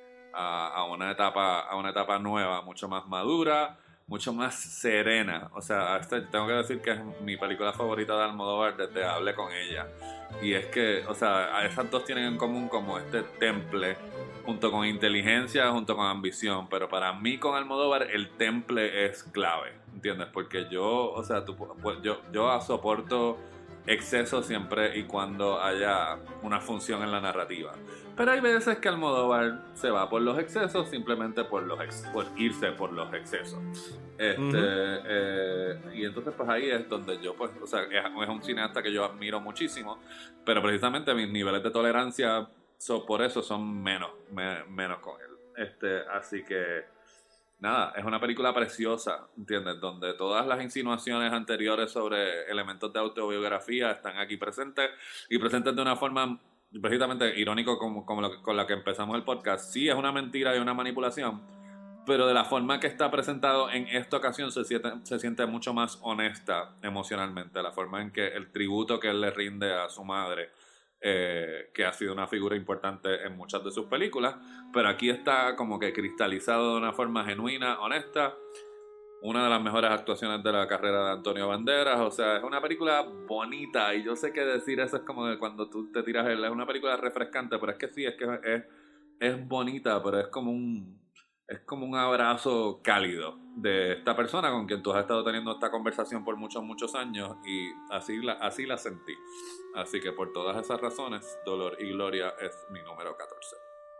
a, a una etapa a una etapa nueva, mucho más madura, mucho más serena. O sea, este, tengo que decir que es mi película favorita de Almodóvar desde Hablé con ella. Y es que, o sea, esas dos tienen en común como este temple, junto con inteligencia, junto con ambición. Pero para mí con Almodóvar el temple es clave, ¿entiendes? Porque yo, o sea, tú, pues, yo, yo soporto exceso siempre y cuando haya una función en la narrativa. Pero hay veces que Almodóvar se va por los excesos simplemente por los ex por irse por los excesos. Este, Ujú. eh, y entonces pues ahí es donde yo pues, o sea, es, es un cineasta que yo admiro muchísimo, pero precisamente mis niveles de tolerancia so, por eso son menos, me- menos con él. Este, así que nada, es una película preciosa, ¿entiendes? Donde todas las insinuaciones anteriores sobre elementos de autobiografía están aquí presentes y presentes de una forma precisamente irónico como, como lo, con la que empezamos el podcast. Sí, es una mentira y una manipulación, pero de la forma que está presentado en esta ocasión se siente, se siente mucho más honesta emocionalmente. La forma en que el tributo que él le rinde a su madre, eh, que ha sido una figura importante en muchas de sus películas, pero aquí está como que cristalizado de una forma genuina, honesta. Una de las mejores actuaciones de la carrera de Antonio Banderas. O sea, es una película bonita. Y yo sé que decir eso es como que cuando tú te tiras el, es una película refrescante, pero es que sí, es que es, es bonita, pero es como un es como un abrazo cálido de esta persona con quien tú has estado teniendo esta conversación por muchos, muchos años, y así la, así la sentí. Así que por todas esas razones, Dolor y Gloria es mi número catorce.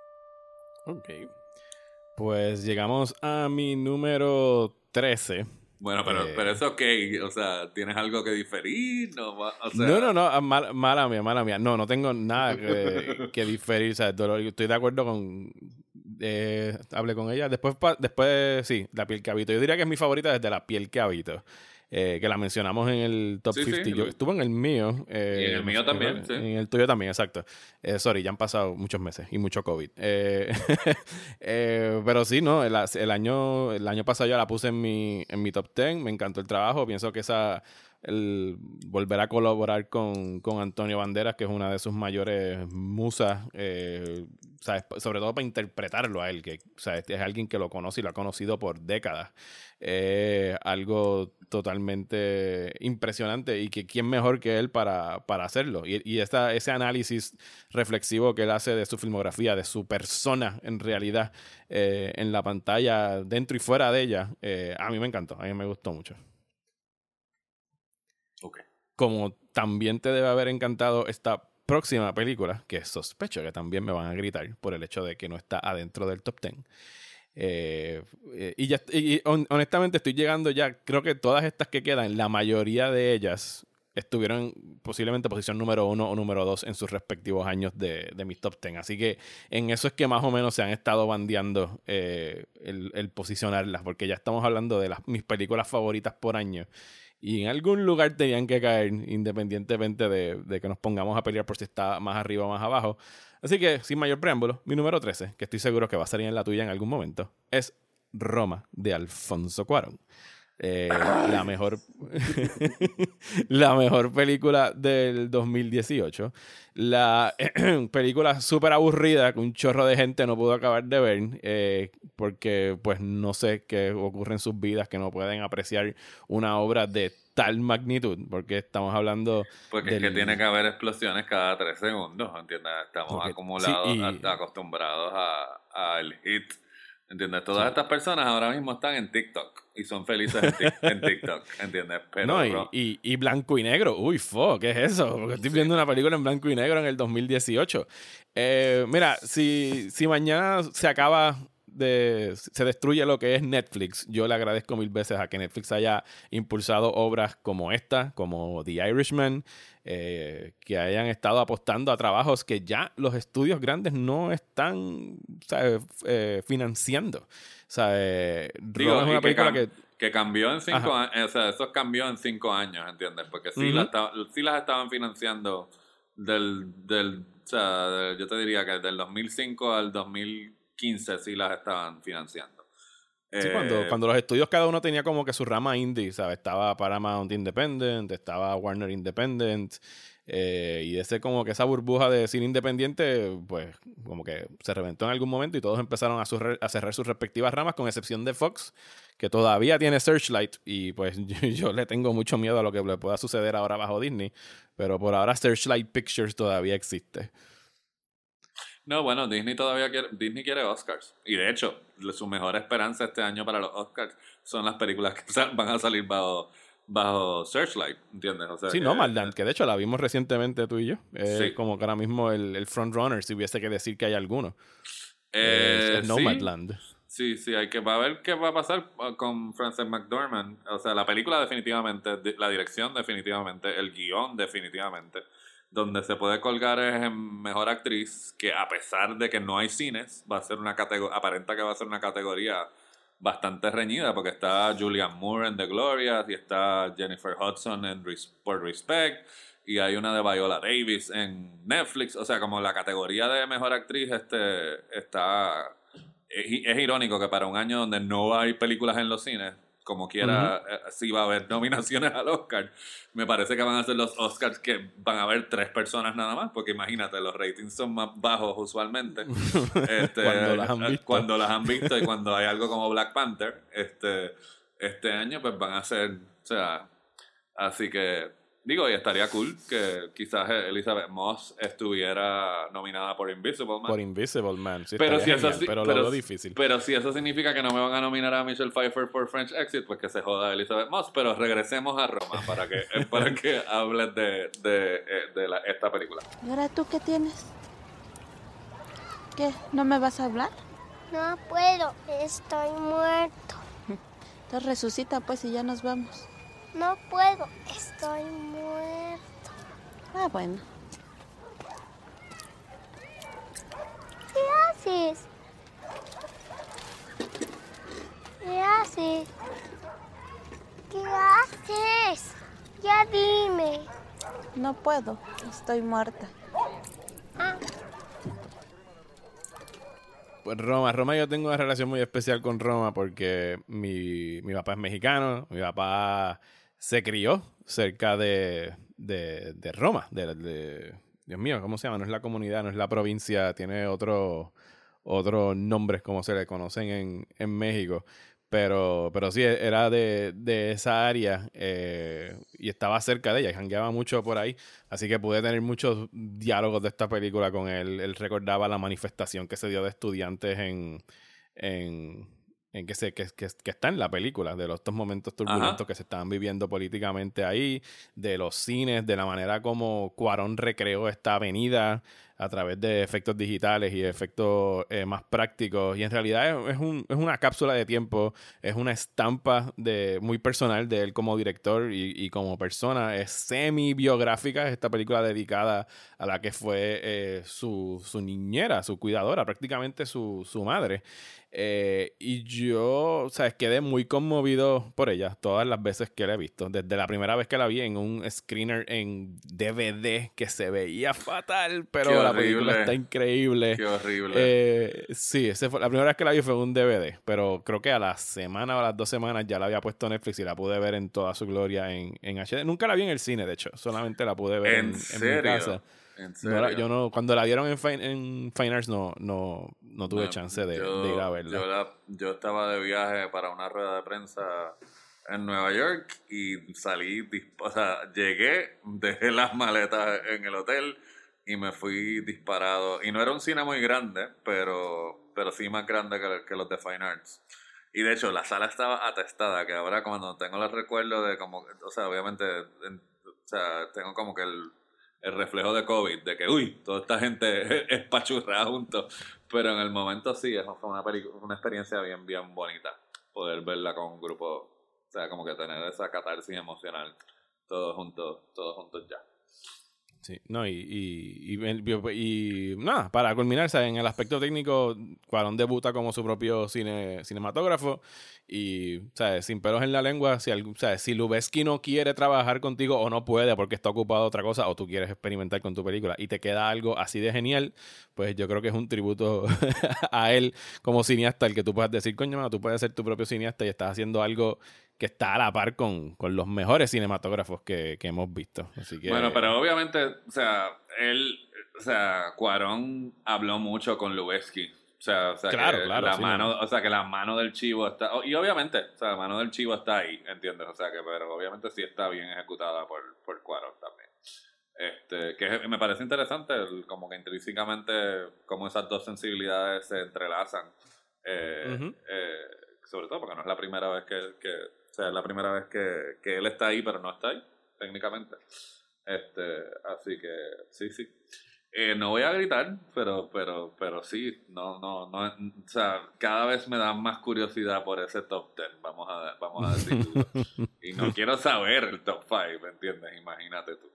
Ok. Pues llegamos a mi número trece. Bueno, pero, Eh, pero eso ok, o sea, ¿tienes algo que diferir? No, o sea, no, no, no, ah, mal- mala mía, mala mía. No, no tengo nada que, que diferir. O sea, todo- estoy de acuerdo con... Eh, hablé con ella. Después, pa- después, sí, La piel que habito. Yo diría que es mi favorita desde La piel que habito. Eh, que la mencionamos en el top Sí, sí, cincuenta. Yo el- estuve en el mío. eh, Y en el mío no sé, también, sí. En el tuyo también, exacto. Eh, sorry, ya han pasado muchos meses y mucho COVID. Eh, eh, pero sí, no, el, el año el año pasado yo la puse en mi, en mi top diez. Me encantó el trabajo. Pienso que esa el volver a colaborar con, con Antonio Banderas, que es una de sus mayores musas, eh, ¿sabes? Sobre todo para interpretarlo a él, que ¿sabes? Es alguien que lo conoce y lo ha conocido por décadas. Eh, algo totalmente impresionante y que quién mejor que él para, para hacerlo. Y, y esta, ese análisis reflexivo que él hace de su filmografía, de su persona en realidad, eh, en la pantalla, dentro y fuera de ella, eh, a mí me encantó, a mí me gustó mucho. Ok. Como también te debe haber encantado esta próxima película, que sospecho que también me van a gritar por el hecho de que no está adentro del top diez. Eh, eh, y, ya, y hon- honestamente estoy llegando ya, creo que todas estas que quedan, la mayoría de ellas estuvieron posiblemente posición número uno o número dos en sus respectivos años de, de mis top diez. Así que en eso es que más o menos se han estado bandeando eh, el, el posicionarlas, porque ya estamos hablando de las, mis películas favoritas por año. Y en algún lugar tenían que caer, independientemente de, de que nos pongamos a pelear por si está más arriba o más abajo. Así que, sin mayor preámbulo, mi número trece, que estoy seguro que va a salir en la tuya en algún momento, es Roma, de Alfonso Cuarón. Eh, la mejor la mejor película del dos mil dieciocho. La película súper aburrida que un chorro de gente no pudo acabar de ver, eh, porque pues no sé qué ocurre en sus vidas que no pueden apreciar una obra de tal magnitud, porque estamos hablando Porque del... es que tiene que haber explosiones cada tres segundos, ¿entiendes? Estamos Porque- acumulados, sí, y- a- acostumbrados a- al hit, ¿entiendes? Todas Sí. estas personas ahora mismo están en TikTok y son felices en, tic- en TikTok, ¿entiendes? Pero no, y, bro, y, y blanco y negro. Uy, fo, ¿qué es eso? Porque estoy viendo una película en blanco y negro en el dos mil dieciocho. Eh, mira, si, si mañana se acaba de... se destruye lo que es Netflix, yo le agradezco mil veces a que Netflix haya impulsado obras como esta, como The Irishman, eh, que hayan estado apostando a trabajos que ya los estudios grandes no están, ¿sabes? Eh, financiando. O sea, eh, digo, Roma es y una que, película cam- que... que cambió en cinco Ajá. años, o sea, eso cambió en cinco años, ¿entiendes? Porque sí, Ujú. la esta- sí las estaban financiando del, del, o sea, de- yo te diría que del dos mil cinco al dos mil quince sí las estaban financiando. Sí, Eh, cuando, cuando los estudios cada uno tenía como que su rama indie, ¿sabes? Estaba Paramount Independent, estaba Warner Independent, eh, y ese como que esa burbuja de cine independiente, pues como que se reventó en algún momento y todos empezaron a, surre- a cerrar sus respectivas ramas, con excepción de Fox, que todavía tiene Searchlight, y pues yo, yo le tengo mucho miedo a lo que le pueda suceder ahora bajo Disney, pero por ahora Searchlight Pictures todavía existe. No, bueno, Disney todavía quiere, Disney quiere Oscars. Y de hecho, su mejor esperanza este año para los Oscars son las películas que sal- van a salir bajo, bajo Searchlight, ¿entiendes? O sea, Sí, que- Nomadland, que de hecho la vimos recientemente tú y yo. Es Sí. como que ahora mismo el, el frontrunner, si hubiese que decir que hay alguno. Eh, es, es sí. Nomadland. Sí, sí, hay que va a ver qué va a pasar uh, con Frances McDormand. O sea, la película definitivamente, di- la dirección definitivamente, el guión definitivamente. Donde se puede colgar es en Mejor Actriz, que a pesar de que no hay cines, va a ser una categoría, aparenta que va a ser una categoría bastante reñida, porque está Julianne Moore en The Glorias y está Jennifer Hudson en Res- por Respect, y hay una de Viola Davis en Netflix. O sea, como la categoría de Mejor Actriz este, está... Es, es irónico que para un año donde no hay películas en los cines, como quiera, eh, sí va a haber nominaciones al Oscar. Me parece que van a ser los Oscars que van a haber tres personas nada más, porque imagínate, los ratings son más bajos usualmente. Este, Cuando las han eh, visto. Cuando las han visto y cuando hay algo como Black Panther, este, este año pues van a ser, o sea, así que, digo, y estaría cool que quizás Elizabeth Moss estuviera nominada por Invisible Man. Por Invisible Man. Sí, Pero si, estaría eso, genial, sí- pero lo pero, veo difícil. pero si eso significa que no me van a nominar a Michelle Pfeiffer por French Exit, pues que se joda Elizabeth Moss. Pero regresemos a Roma para que, eh, para que hables de, de, eh, de la- esta película. ¿Y ahora tú qué tienes? ¿Qué? ¿No me vas a hablar? No puedo, estoy muerto. Entonces resucita pues y ya nos vamos. No puedo, estoy muerto. Ah, bueno. ¿Qué haces? ¿Qué haces? ¿Qué haces? Ya dime. No puedo, estoy muerta. Ah. Pues Roma, Roma yo tengo una relación muy especial con Roma porque mi, mi papá es mexicano, mi papá se crió cerca de, de, de Roma, de, de, Dios mío, ¿cómo se llama? No es la comunidad, no es la provincia, tiene otro, otros nombres como se le conocen en, en México. Pero, pero sí, era de, de esa área eh, y estaba cerca de ella, y jangueaba mucho por ahí, así que pude tener muchos diálogos de esta película con él. Él recordaba la manifestación que se dio de estudiantes en, en, en que, se, que, que, que está en la película, de los, estos momentos turbulentos Ajá. que se estaban viviendo políticamente ahí, de los cines, de la manera como Cuarón recreó esta avenida a través de efectos digitales y efectos eh, más prácticos. Y en realidad es, es, un, es una cápsula de tiempo, es una estampa de, muy personal de él como director y, y como persona. Es semi-biográfica, esta película dedicada a la que fue eh, su, su niñera, su cuidadora, prácticamente su, su madre. Eh, y yo, o sea, quedé muy conmovido por ella todas las veces que la he visto. Desde la primera vez que la vi en un screener en D V D que se veía fatal, pero Qué la horrible. película está increíble. Qué horrible. Eh, sí, ese fue, la primera vez que la vi fue en un D V D, pero creo que a la semana o a las dos semanas ya la había puesto Netflix y la pude ver en toda su gloria en, en H D. Nunca la vi en el cine, de hecho, solamente la pude ver en, ¿En, en mi casa. ¿En serio? No la, yo no, cuando la dieron en Fine, en Fine Arts no, no, no tuve no, chance de, yo, de ir a verla. Yo, la, yo estaba de viaje para una rueda de prensa en Nueva York y salí, o sea, llegué, dejé las maletas en el hotel y me fui disparado. Y no era un cine muy grande, pero, pero sí más grande que, que los de Fine Arts. Y de hecho, la sala estaba atestada, que ahora cuando tengo el recuerdo de como, o sea, obviamente, en, o sea, tengo como que el... el reflejo de COVID, de que, uy, toda esta gente es pachurrada juntos. Pero en el momento sí, eso fue una, una experiencia bien, bien bonita. Poder verla con un grupo, o sea, como que tener esa catarsis emocional, todos juntos, todos juntos ya. Sí, no, y, y, y, y, y nada, para culminar, ¿sabes? En el aspecto técnico, Cuarón debuta como su propio cine, cinematógrafo y, ¿sabes? Sin pelos en la lengua, si, ¿sabes? Si Lubezki no quiere trabajar contigo o no puede porque está ocupado de otra cosa o tú quieres experimentar con tu película y te queda algo así de genial, pues yo creo que es un tributo a él como cineasta, el que tú puedas decir, coño, mano, tú puedes ser tu propio cineasta y estás haciendo algo que está a la par con, con los mejores cinematógrafos que, que hemos visto. Así que... Bueno, pero obviamente, o sea, él, o sea, Cuarón habló mucho con Lubezki. O sea, o sea claro, que claro, la sí, mano, no. o sea, que la mano del chivo está, y obviamente, o sea, la mano del chivo está ahí, ¿entiendes? O sea, que pero obviamente sí está bien ejecutada por, por Cuarón también. Este, que me parece interesante, el, como que intrínsecamente, como esas dos sensibilidades se entrelazan. Eh, uh-huh. eh, sobre todo porque no es la primera vez que, que o sea, es la primera vez que, que él está ahí, pero no está ahí, técnicamente. Este, así que, sí, sí. Eh, no voy a gritar, pero, pero, pero sí, no, no, no, o sea, cada vez me da más curiosidad por ese top ten, vamos a, vamos a decirlo. Y no quiero saber el top five, ¿me entiendes? Imagínate tú.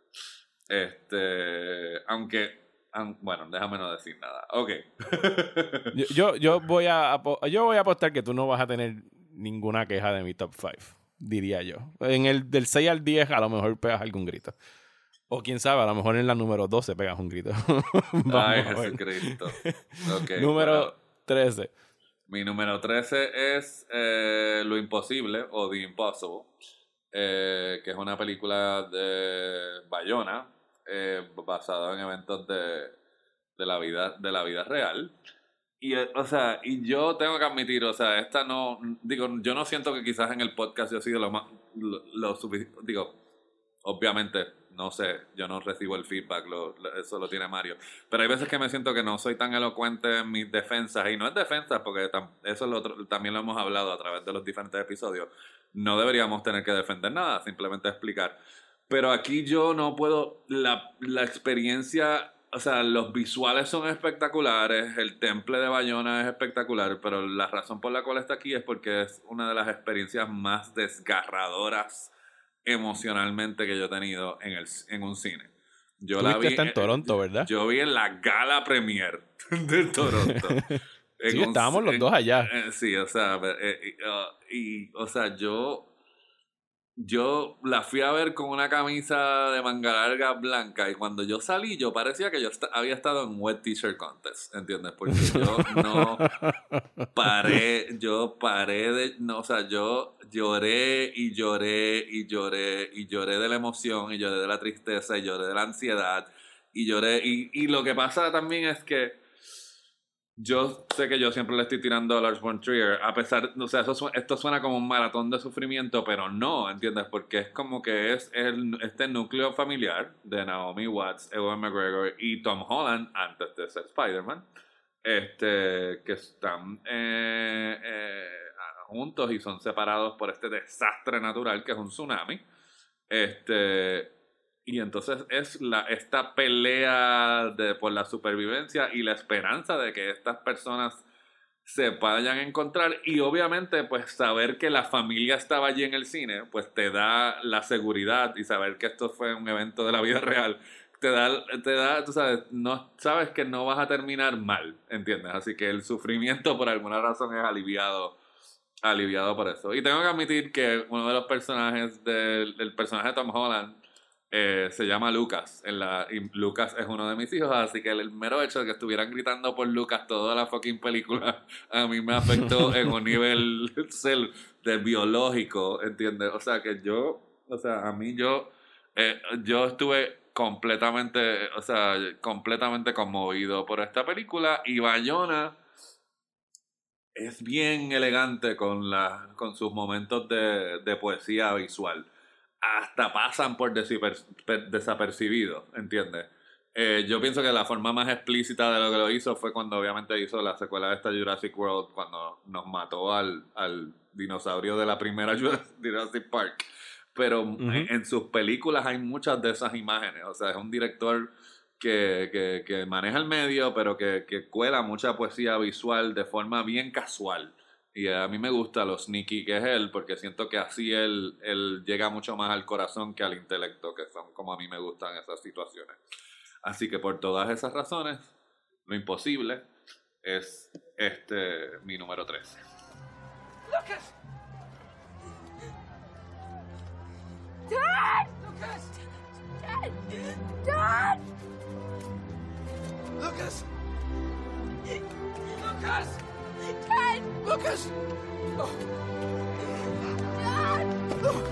Este, aunque, aun, bueno, déjame no decir nada. Ok. yo, yo, yo voy a, yo voy a apostar que tú no vas a tener ninguna queja de mi top five, diría yo. En el del seis al diez a lo mejor pegas algún grito. O quién sabe, a lo mejor en la número doce pegas un grito. Ay, Jesucristo. Okay, número bueno. trece. Mi número trece es eh, Lo Imposible o The Impossible, eh, que es una película de Bayona, eh, basada en eventos de, de, la vida, de la vida real. Y, o sea, y yo tengo que admitir, o sea, esta no, digo, yo no siento que quizás en el podcast yo he sido lo más, lo, lo suficiente, digo, obviamente, no sé, yo no recibo el feedback, lo, lo, eso lo tiene Mario, pero hay veces que me siento que no soy tan elocuente en mis defensas, y no es defensa, porque tam, eso es lo otro, también lo hemos hablado a través de los diferentes episodios, no deberíamos tener que defender nada, simplemente explicar, pero aquí yo no puedo, la, la experiencia o sea, los visuales son espectaculares, el temple de Bayona es espectacular, pero la razón por la cual está aquí es porque es una de las experiencias más desgarradoras emocionalmente que yo he tenido en, el, en un cine. Yo Tú la viste vi está en Toronto, ¿verdad? Yo vi en la gala premier de Toronto. Sí, un, estábamos los en, dos allá. Eh, sí, o sea, eh, uh, y, o sea, yo... Yo la fui a ver con una camisa de manga larga blanca y cuando yo salí yo parecía que yo est- había estado en Wet T-shirt Contest, ¿entiendes? Porque yo no paré, yo paré de, no, o sea, yo lloré y lloré y lloré y lloré de la emoción y lloré de la tristeza y lloré de la ansiedad y lloré y, y lo que pasa también es que yo sé que yo siempre le estoy tirando a Lars von Trier, a pesar, o sea, eso, esto suena como un maratón de sufrimiento, pero no, ¿entiendes? Porque es como que es el, este núcleo familiar de Naomi Watts, Ewan McGregor y Tom Holland, antes de ser Spider-Man, este, que están eh, eh, juntos y son separados por este desastre natural que es un tsunami. Este... Y entonces es la, esta pelea de, por la supervivencia y la esperanza de que estas personas se vayan a encontrar. Y obviamente, pues saber que la familia estaba allí en el cine, pues te da la seguridad y saber que esto fue un evento de la vida real. Te da, te da, tú sabes, no, sabes que no vas a terminar mal, ¿entiendes? Así que el sufrimiento por alguna razón es aliviado, aliviado por eso. Y tengo que admitir que uno de los personajes del, del personaje de Tom Holland Eh, se llama Lucas en la, y Lucas es uno de mis hijos, así que el, el mero hecho de que estuvieran gritando por Lucas toda la fucking película a mí me afectó en un nivel cel, de biológico, ¿entiendes? O sea que yo, o sea, a mí yo eh, yo estuve completamente, o sea, completamente conmovido por esta película y Bayona es bien elegante con, la, con sus momentos de, de poesía visual. Hasta pasan por desapercibidos, ¿entiendes? Eh, yo pienso que la forma más explícita de lo que lo hizo fue cuando obviamente hizo la secuela de esta Jurassic World, cuando nos mató al, al dinosaurio de la primera Jurassic Park. Pero uh-huh. en, en sus películas hay muchas de esas imágenes. O sea, es un director que, que, que maneja el medio, pero que, que cuela mucha poesía visual de forma bien casual. Y a mí me gusta lo sneaky que es él, porque siento que así él, él llega mucho más al corazón que al intelecto, que son como a mí me gustan esas situaciones. Así que por todas esas razones, Lo Imposible es este mi número trece. Lucas! Dad! Lucas! Dad! Dad! Lucas! Lucas! Dad! Lucas! Oh. Dad! Oh.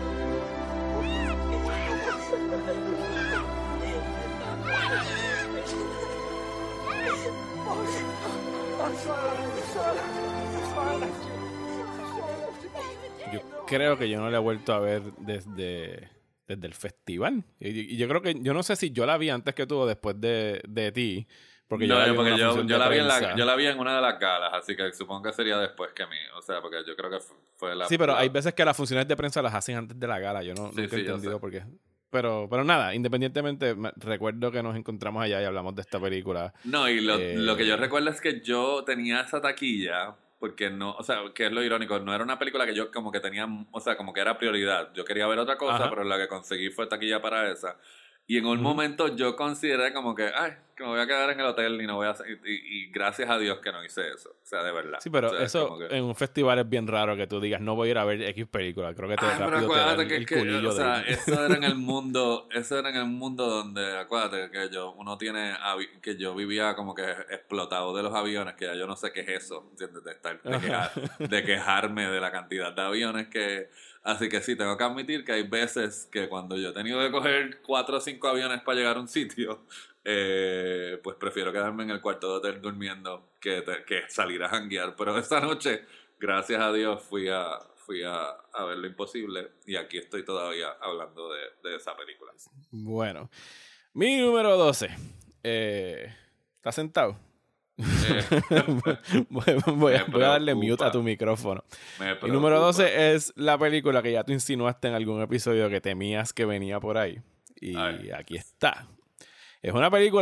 Yo creo que yo no la he vuelto a ver desde, desde el festival. Y, y yo creo que, yo no sé si yo la vi antes que tú o después de, de ti. Porque no, yo la vi, porque en, yo, yo, la vi en la, yo la vi en una una de las galas, así que supongo que sería después que mí. O sea, porque yo creo que fue la... Sí, pero la... hay veces que las funciones de prensa las hacen antes de la gala. Yo no, sí, nunca sí, he entendido por qué. Pero, pero nada, independientemente, me, recuerdo que nos encontramos allá y hablamos de esta película. No, y lo, eh, lo que yo recuerdo es que yo tenía esa taquilla, porque no, o sea, que es lo irónico, no era una película que yo como que tenía, o sea, como que era prioridad. Yo quería ver otra cosa, Ajá. pero la que conseguí fue taquilla para esa. Y en un uh-huh. momento yo consideré como que, ay, que me voy a quedar en el hotel y no voy a hacer, y, y, y gracias a Dios que no hice eso. O sea, de verdad. Sí, pero o sea, eso que... en un festival es bien raro que tú digas, no voy a ir a ver X película. Creo que te, ay, rápido pero acuérdate te da el, que, el que culillo o sea, de... eso era en el mundo, eso era en el mundo donde, acuérdate que yo, uno tiene, avi- que yo vivía como que explotado de los aviones, que ya yo no sé qué es eso, ¿entiendes? De estar, de, quejar, de quejarme de la cantidad de aviones que... Así que sí, tengo que admitir que hay veces que cuando yo he tenido que coger cuatro o cinco aviones para llegar a un sitio, eh, pues prefiero quedarme en el cuarto de hotel durmiendo que, te, que salir a janguear. Pero esta noche, gracias a Dios, fui a, fui a, a ver Lo Imposible y aquí estoy todavía hablando de, de esa película. Bueno, mi número doce. Eh, ¿Estás sentado? Eh, voy, voy, a, voy a darle mute a tu micrófono. El número doce es la película que ya tú insinuaste en algún episodio que temías que venía por ahí. Y Ay. aquí está. Es una película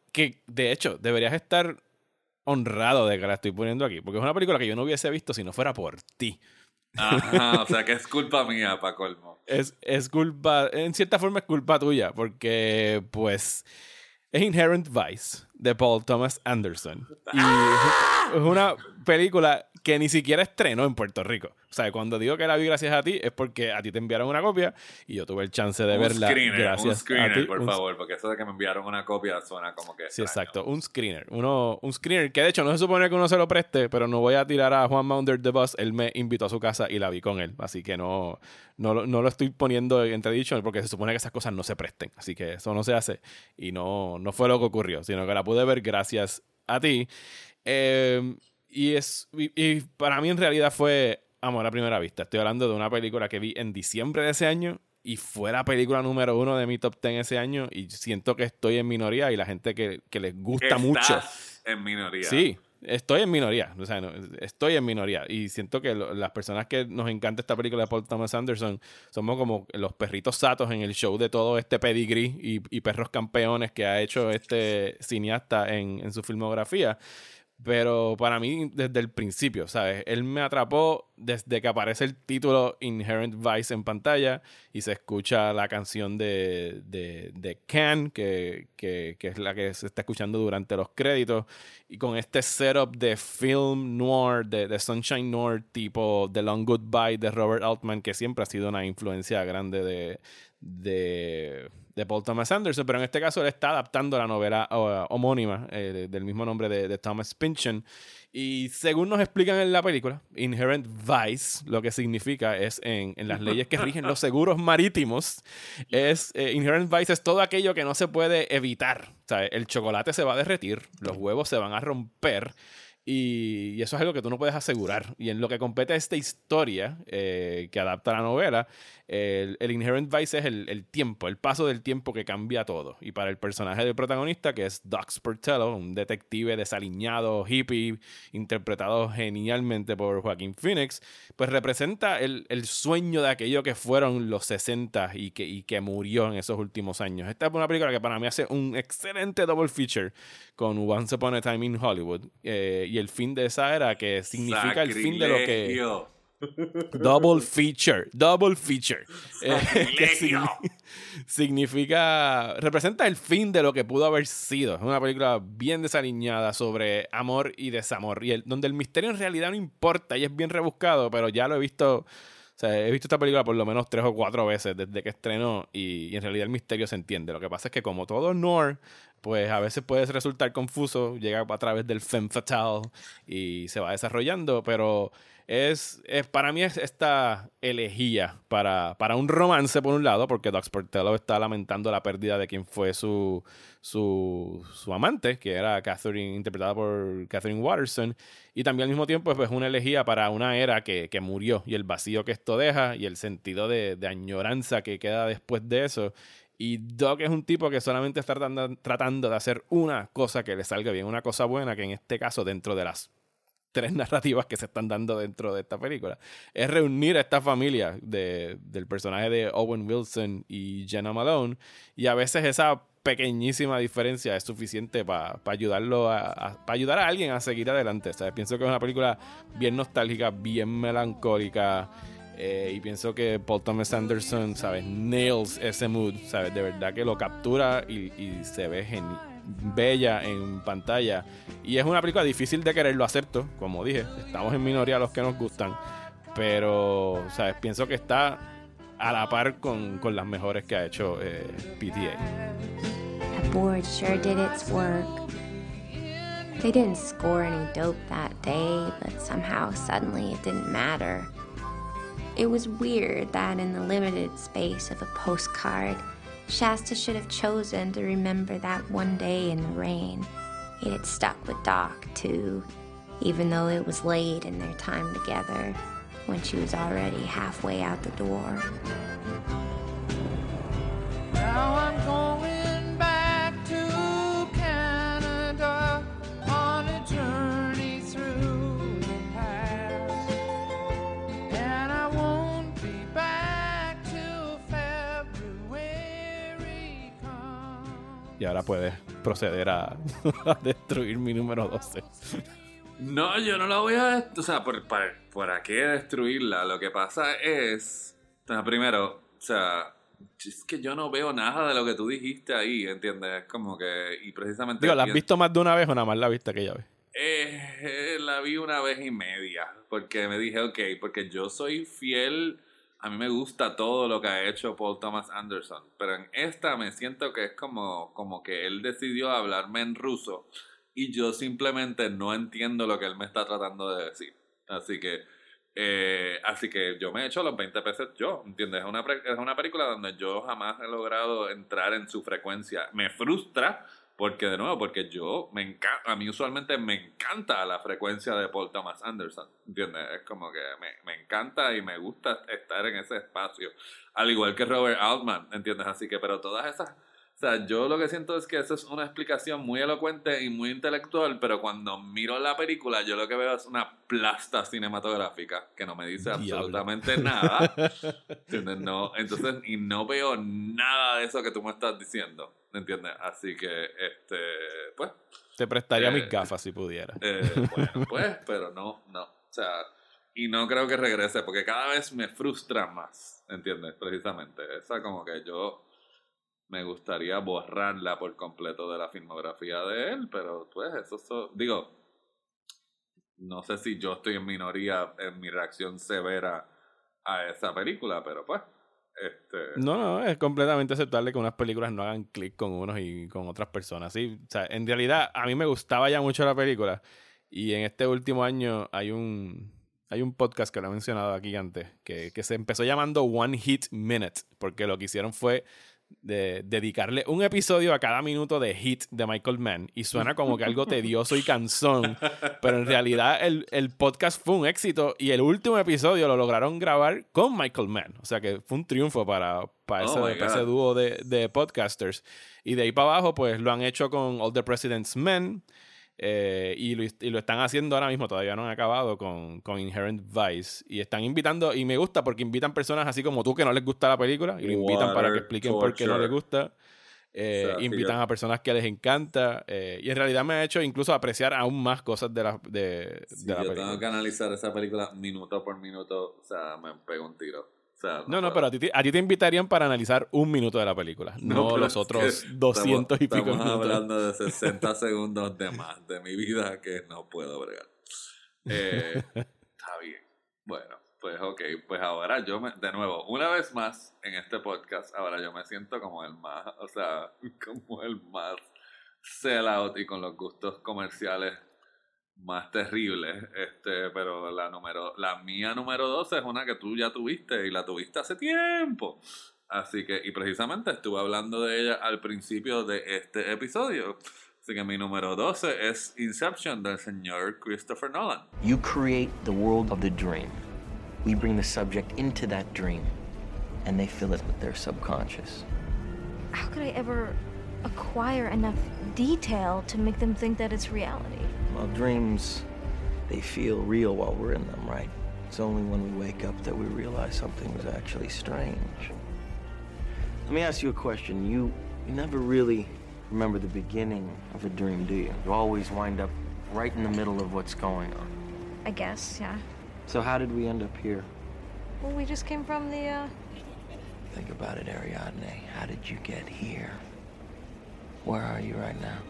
que de hecho deberías estar honrado de que la estoy poniendo aquí, porque es una película que yo no hubiese visto si no fuera por ti. Ajá, o sea que es culpa mía, pa' colmo. Es, es culpa, en cierta forma es culpa tuya, porque pues es Inherent Vice de Paul Thomas Anderson. Y ¡ah! Es una película que ni siquiera estrenó en Puerto Rico. O sea, cuando digo que la vi gracias a ti, es porque a ti te enviaron una copia y yo tuve el chance de un verla screener, gracias un screener, a ti. por un, favor, porque eso de que me enviaron una copia suena como que sí, extraño. exacto, un screener. Uno, un screener que de hecho no se supone que uno se lo preste, pero no voy a tirar a Juan Maunder the Bus. Él me invitó a su casa y la vi con él. Así que no, no, no lo estoy poniendo entredicho porque se supone que esas cosas no se presten. Así que eso no se hace y no, no fue lo que ocurrió, sino que la pude ver gracias a ti. Eh, y, es, y, y para mí en realidad fue amor a primera vista. Estoy hablando de una película que vi en diciembre de ese año y fue la película número uno de mi top ten ese año y siento que estoy en minoría y la gente que, que les gusta Estás mucho. en minoría. Sí, estoy en minoría. O sea, no, estoy en minoría y siento que lo, las personas que nos encanta esta película de Paul Thomas Anderson somos como los perritos satos en el show de todo este pedigrí y, y perros campeones que ha hecho este cineasta en, en su filmografía. Pero para mí, desde el principio, ¿sabes? Él me atrapó desde que aparece el título Inherent Vice en pantalla y se escucha la canción de, de, de Can, que, que, que es la que se está escuchando durante los créditos. Y con este setup de film noir, de, de Sunshine Noir, tipo The Long Goodbye de Robert Altman, que siempre ha sido una influencia grande de... de de Paul Thomas Anderson, pero en este caso él está adaptando la novela uh, homónima eh, del mismo nombre de, de Thomas Pynchon. Y según nos explican en la película, Inherent Vice, lo que significa es en, en las leyes que rigen los seguros marítimos, es eh, Inherent Vice es todo aquello que no se puede evitar. O sea, el chocolate se va a derretir, los huevos se van a romper. Y, y eso es algo que tú no puedes asegurar. Y en lo que compete a esta historia eh, que adapta la novela, el, el Inherent Vice es el, el tiempo, el paso del tiempo que cambia todo. Y para el personaje del protagonista, que es Doc Sportello, un detective desaliñado, hippie, interpretado genialmente por Joaquin Phoenix, pues representa el, el sueño de aquello que fueron los sesenta y que, y que murió en esos últimos años. Esta es una película que para mí hace un excelente double feature con Once Upon a Time in Hollywood. Eh, y el fin de esa era, que significa Sacrilegio. El fin de lo que... Double feature, double feature. Eh, que signi- significa, representa el fin de lo que pudo haber sido. Es una película bien desaliñada sobre amor y desamor, y el, donde el misterio en realidad no importa y es bien rebuscado, pero ya lo he visto. O sea, he visto esta película por lo menos tres o cuatro veces desde que estrenó y, y en realidad el misterio se entiende. Lo que pasa es que como todo noir, pues a veces puede resultar confuso, llega a través del femme fatale y se va desarrollando, pero es, es para mí es esta elegía para, para un romance por un lado, porque Doc Sportello está lamentando la pérdida de quien fue su, su, su amante, que era Catherine, interpretada por Catherine Waterston, y también al mismo tiempo pues, es una elegía para una era que, que murió y el vacío que esto deja y el sentido de, de añoranza que queda después de eso. Y Doc es un tipo que solamente está tratando, tratando de hacer una cosa que le salga bien, una cosa buena, que en este caso, dentro de las tres narrativas que se están dando dentro de esta película, es reunir a esta familia de, del personaje de Owen Wilson y Jenna Malone, y a veces esa pequeñísima diferencia es suficiente para pa ayudarlo a, a para ayudar a alguien a seguir adelante. ¿Sabes? Pienso que es una película bien nostálgica, bien melancólica. Eh, y pienso que Paul Thomas Anderson, ¿sabes? Nails ese mood, ¿sabes? De verdad que lo captura y, y se ve genial, bella en pantalla. Y es una película difícil de querer, lo acepto. Como dije, estamos en minoría los que nos gustan. Pero, ¿sabes? Pienso que está a la par con, con las mejores que ha hecho eh, P T A. That board sure did its work. They didn't score any dope that day, but somehow suddenly it didn't matter. It was weird that in the limited space of a postcard, Shasta should have chosen to remember that one day in the rain. It had stuck with Doc, too, even though it was late in their time together, when she was already halfway out the door. Now I'm going back to Canada on a journey through the past, and I won't be back till February comes. Y ahora puedes proceder a, a destruir mi número doce. No, yo no la voy a... dest- O sea, ¿por, para, ¿para qué destruirla? Lo que pasa es... O sea, primero, o sea... Es que yo no veo nada de lo que tú dijiste ahí, ¿entiendes? Es como que... Y precisamente... Digo, ¿la has pienso- visto más de una vez o nada más la viste aquella vez? Eh, eh, la vi una vez y media, porque me dije, ok, porque yo soy fiel, a mí me gusta todo lo que ha hecho Paul Thomas Anderson, pero en esta me siento que es como, como que él decidió hablarme en ruso y yo simplemente no entiendo lo que él me está tratando de decir. Así que, eh, así que yo me he hecho los veinte pesos yo, ¿entiendes? Es una, pre- es una película donde yo jamás he logrado entrar en su frecuencia. Me frustra. Porque, de nuevo, porque yo, me encanta, a mí usualmente me encanta la frecuencia de Paul Thomas Anderson, ¿entiendes? Es como que me, me encanta y me gusta estar en ese espacio. Al igual que Robert Altman, ¿entiendes? Así que, pero todas esas... O sea, yo lo que siento es que eso es una explicación muy elocuente y muy intelectual, pero cuando miro la película, yo lo que veo es una plasta cinematográfica que no me dice Diablo. absolutamente nada. ¿Entiendes? No, entonces, y no veo nada de eso que tú me estás diciendo. ¿Entiendes? Así que, este, pues... Te prestaría eh, mis gafas si pudiera. eh, bueno, pues, pero no, no. O sea, y no creo que regrese, porque cada vez me frustra más, ¿entiendes? Precisamente. Esa como que yo me gustaría borrarla por completo de la filmografía de él, pero pues eso, so- digo, no sé si yo estoy en minoría en mi reacción severa a esa película, pero pues, este... No, no, es completamente aceptable que unas películas no hagan clic con unos y con otras personas. Sí, o sea, en realidad a mí me gustaba ya mucho la película y en este último año hay un hay un podcast que lo he mencionado aquí antes que, que se empezó llamando One Hit Minute porque lo que hicieron fue de dedicarle un episodio a cada minuto de Hit de Michael Mann y suena como que algo tedioso y cansón, pero en realidad el, el podcast fue un éxito y el último episodio lo lograron grabar con Michael Mann, o sea que fue un triunfo para, para, Oh ese, my para ese God. dúo de, de podcasters y de ahí para abajo pues lo han hecho con All the President's Men eh, y, lo, y lo están haciendo ahora mismo, todavía no han acabado con, con Inherent Vice y están invitando, y me gusta porque invitan personas así como tú que no les gusta la película y lo invitan para que Water expliquen por qué no torture. les gusta. Eh, O sea, invitan sí, yo- a personas que les encanta eh, y en realidad me ha hecho incluso apreciar aún más cosas de la, de, Si de la yo película. tengo que analizar esa película minuto por minuto, o sea, me pego un tiro. O sea, No, no, puedo. pero a ti, te- a ti te invitarían para analizar un minuto de la película, no, pero los es otros que doscientos y estamos, pico estamos minutos. hablando de sesenta segundos de más de mi vida que no puedo bregar. Eh, está bien. Bueno, pues ok, pues ahora yo me, de nuevo, una vez más en este podcast, ahora yo me siento como el más, o sea, como el más sell out y con los gustos comerciales más terribles, este, pero la número, la mía número doce es una que tú ya tuviste y la tuviste hace tiempo. Así que, y precisamente estuve hablando de ella al principio de este episodio. Así que mi número doce es Inception del señor Christopher Nolan. You create the world of the dream. We bring the subject into that dream, and they fill it with their subconscious. How could I ever acquire enough detail to make them think that it's reality? Well, dreams, they feel real while we're in them, right? It's only when we wake up that we realize something was actually strange. Let me ask you a question. You, you never really remember the beginning of a dream, do you? You always wind up right in the middle of what's going on. I guess, yeah. So how did we end up here? Well, we just came from the, uh... Think about it, Ariadne. How did you get here? Where are you right now?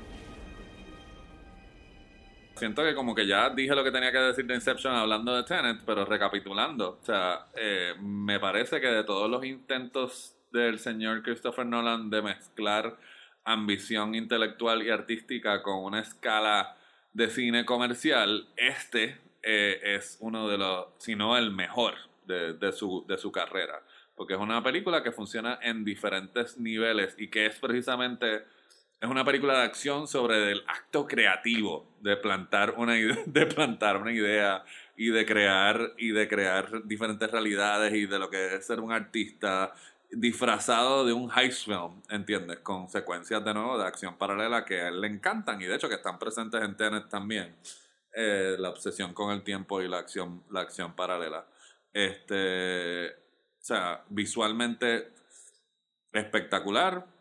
Siento que como que ya dije lo que tenía que decir de Inception hablando de Tenet, pero recapitulando, o sea, eh, me parece que de todos los intentos del señor Christopher Nolan de mezclar ambición intelectual y artística con una escala de cine comercial, este eh, es uno de los, si no el mejor de, de, su, de su carrera, porque es una película que funciona en diferentes niveles y que es precisamente... Es una película de acción sobre el acto creativo de plantar una idea, de plantar una idea y de crear y de crear diferentes realidades y de lo que es ser un artista disfrazado de un heist film, ¿entiendes? Con secuencias de nuevo de acción paralela que a él le encantan y de hecho que están presentes en Tenet también. Eh, la obsesión con el tiempo y la acción, la acción paralela. Este, o sea, visualmente espectacular.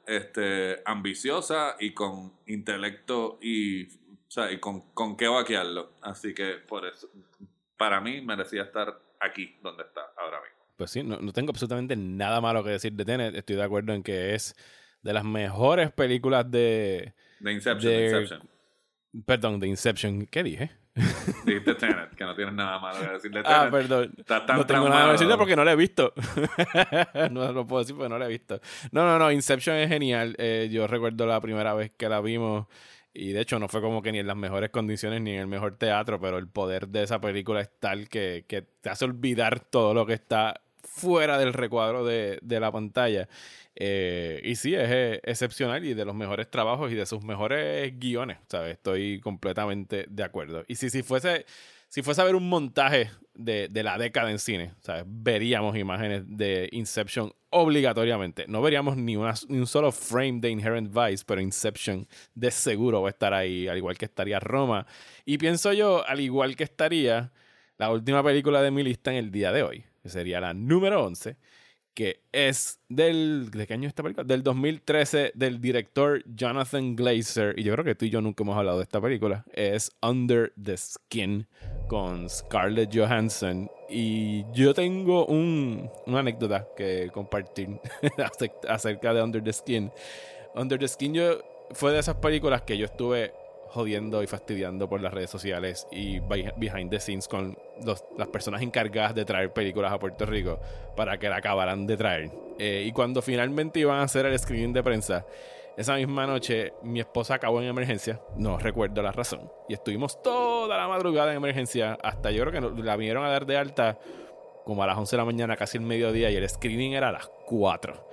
este, ambiciosa y con intelecto y, o sea, y con, con qué vaquearlo. Así que por eso, para mí, merecía estar aquí donde está ahora mismo. Pues sí, no, no tengo absolutamente nada malo que decir de Tenet. Estoy de acuerdo en que es de las mejores películas de... De Inception, de, Inception. Perdón, de Inception. ¿Qué dije? Dijiste Tenet, que no tienes nada malo que decir de Tenet. Ah, perdón. Estás tan no tengo nada que decirle porque no la he visto. No lo puedo decir porque no la he visto. No, no, no. Inception es genial. Eh, yo recuerdo la primera vez que la vimos y de hecho no fue como que ni en las mejores condiciones ni en el mejor teatro, pero el poder de esa película es tal que, que te hace olvidar todo lo que está fuera del recuadro de, de la pantalla. Eh, y sí, es eh, excepcional y de los mejores trabajos y de sus mejores guiones, ¿sabes? Estoy completamente de acuerdo. Y si, si fuese si fuese a ver un montaje de, de la década en cine, ¿sabes? Veríamos imágenes de Inception obligatoriamente. No veríamos ni, una, ni un solo frame de Inherent Vice, pero Inception de seguro va a estar ahí, al igual que estaría Roma. Y pienso yo, al igual que estaría la última película de mi lista en el día de hoy, que sería la número once, que es del... ¿De qué año es esta película? Del dos mil trece, del director Jonathan Glazer. Y yo creo que tú y yo nunca hemos hablado de esta película. Es Under the Skin, con Scarlett Johansson. Y yo tengo un, una anécdota que compartir acerca de Under the Skin. Under the Skin yo, fue de esas películas que yo estuve jodiendo y fastidiando por las redes sociales y behind the scenes con los, las personas encargadas de traer películas a Puerto Rico para que la acabaran de traer. Eh, y cuando finalmente iban a hacer el screening de prensa, esa misma noche mi esposa acabó en emergencia, no recuerdo la razón, y estuvimos toda la madrugada en emergencia hasta yo creo que la vinieron a dar de alta como a las once de la mañana, casi el mediodía, y el screening era a las cuatro.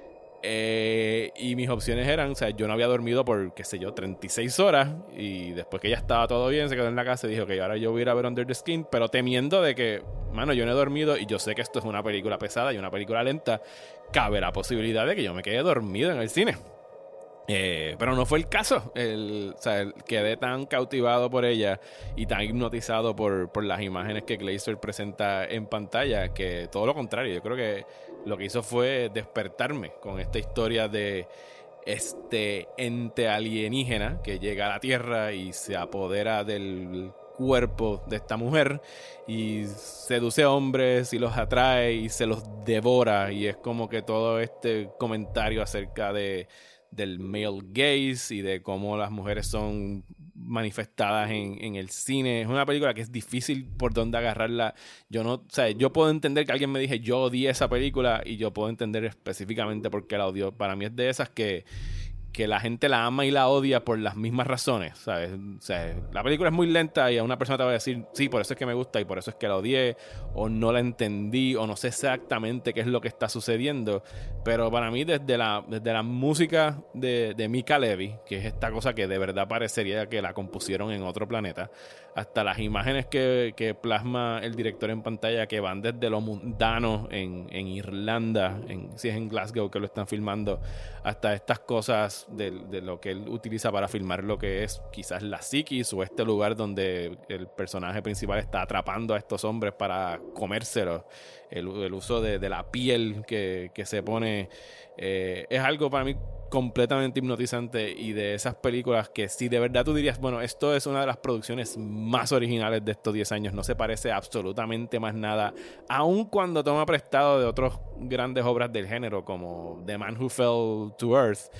Eh, y mis opciones eran, o sea, yo no había dormido por, qué sé yo, treinta y seis horas, y después que ya estaba todo bien, se quedó en la casa y dijo que ahora yo voy a ir a ver Under the Skin, pero temiendo de que, mano, yo no he dormido y yo sé que esto es una película pesada y una película lenta, cabe la posibilidad de que yo me quede dormido en el cine. Eh, pero no fue el caso. El, o sea, el, quedé tan cautivado por ella y tan hipnotizado por, por las imágenes que Glazer presenta en pantalla, que todo lo contrario, yo creo que lo que hizo fue despertarme con esta historia de este ente alienígena que llega a la Tierra y se apodera del cuerpo de esta mujer y seduce a hombres y los atrae y se los devora, y es como que todo este comentario acerca de del male gaze y de cómo las mujeres son manifestadas en, en el cine. Es una película que es difícil por dónde agarrarla. Yo no, o sea, yo puedo entender que alguien me dije yo odié esa película y yo puedo entender específicamente por qué la odió. Para mí es de esas que que la gente la ama y la odia por las mismas razones, ¿sabes? O sea, la película es muy lenta y a una persona te va a decir, sí, por eso es que me gusta y por eso es que la odié, o no la entendí, o no sé exactamente qué es lo que está sucediendo. Pero para mí, desde la, desde la música de, de Mika Levi, que es esta cosa que de verdad parecería que la compusieron en otro planeta, hasta las imágenes que, que plasma el director en pantalla, que van desde lo mundano en, en Irlanda, en, si es en Glasgow que lo están filmando, hasta estas cosas de, de lo que él utiliza para filmar lo que es quizás la psiquis o este lugar donde el personaje principal está atrapando a estos hombres para comérselos. El, el uso de, de la piel que, que se pone eh, es algo para mí completamente hipnotizante, y de esas películas que si de verdad tú dirías, bueno, esto es una de las producciones más originales de estos diez años, no se parece absolutamente más nada, aun cuando toma prestado de otras grandes obras del género como The Man Who Fell to Earth.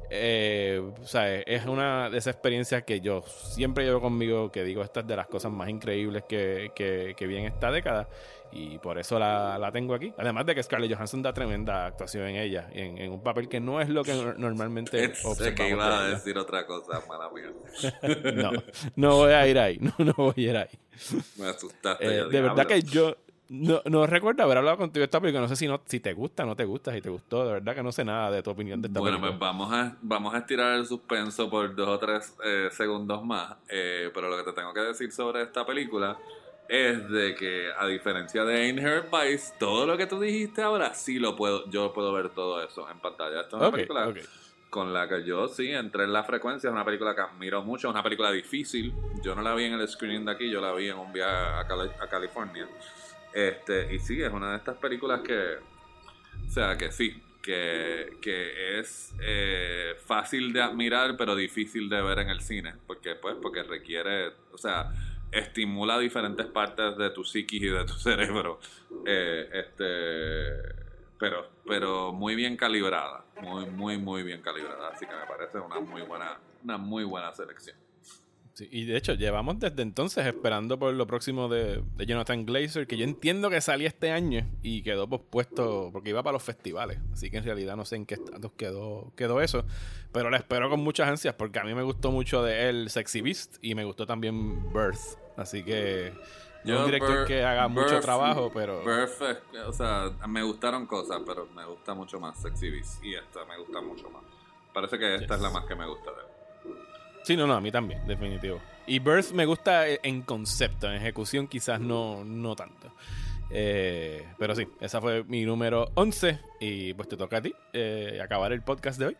Eh, o sea, es una de esas experiencias que yo siempre llevo conmigo, que digo, esta es de las cosas más increíbles que, que, que vi en esta década, y por eso la, la tengo aquí. Además de que Scarlett Johansson da tremenda actuación en ella, en, en un papel que no es lo que normalmente sé que iba a decir otra cosa, mala mía. no, no voy a ir ahí, no, no voy a ir ahí. Me asustaste. Eh, de verdad que yo no, no recuerdo haber hablado contigo de esta película. No sé si, no, si te gusta o no te gusta, si te gustó. De verdad que no sé nada de tu opinión de esta bueno, película. Bueno, pues vamos a, vamos a estirar el suspenso por dos o tres eh, segundos más. Eh, pero lo que te tengo que decir sobre esta película es de que, a diferencia de Inherent Vice, todo lo que tú dijiste ahora sí lo puedo, yo puedo ver todo eso en pantalla. Esta es una okay, película okay. con la que yo sí entré en la frecuencia. Es una película que admiro mucho, es una película difícil. Yo no la vi en el screening de aquí, yo la vi en un viaje a, Cali- a California. Este, y sí, es una de estas películas que, o sea, que sí, que, que es eh, fácil de admirar pero difícil de ver en el cine, porque pues porque requiere, o sea, estimula diferentes partes de tu psiquis y de tu cerebro, eh, este pero pero muy bien calibrada, muy muy muy bien calibrada, así que me parece una muy buena una muy buena selección. Sí, y de hecho llevamos desde entonces esperando por lo próximo de, de Jonathan Glazer, que yo entiendo que salía este año y quedó pospuesto porque iba para los festivales, así que en realidad no sé en qué estatus quedó, quedó eso, pero la espero con muchas ansias porque a mí me gustó mucho de él Sexy Beast y me gustó también Birth, así que yo es un director Birth, que haga Birth, mucho trabajo, pero Birth, o sea, me gustaron cosas, pero me gusta mucho más Sexy Beast y esta me gusta mucho más, parece que esta yes. es la más que me gusta de él. Sí, no, no, a mí también, definitivo. Y Birth me gusta en concepto, en ejecución quizás no, no tanto. Eh, pero sí, esa fue mi número once y pues te toca a ti eh, acabar el podcast de hoy.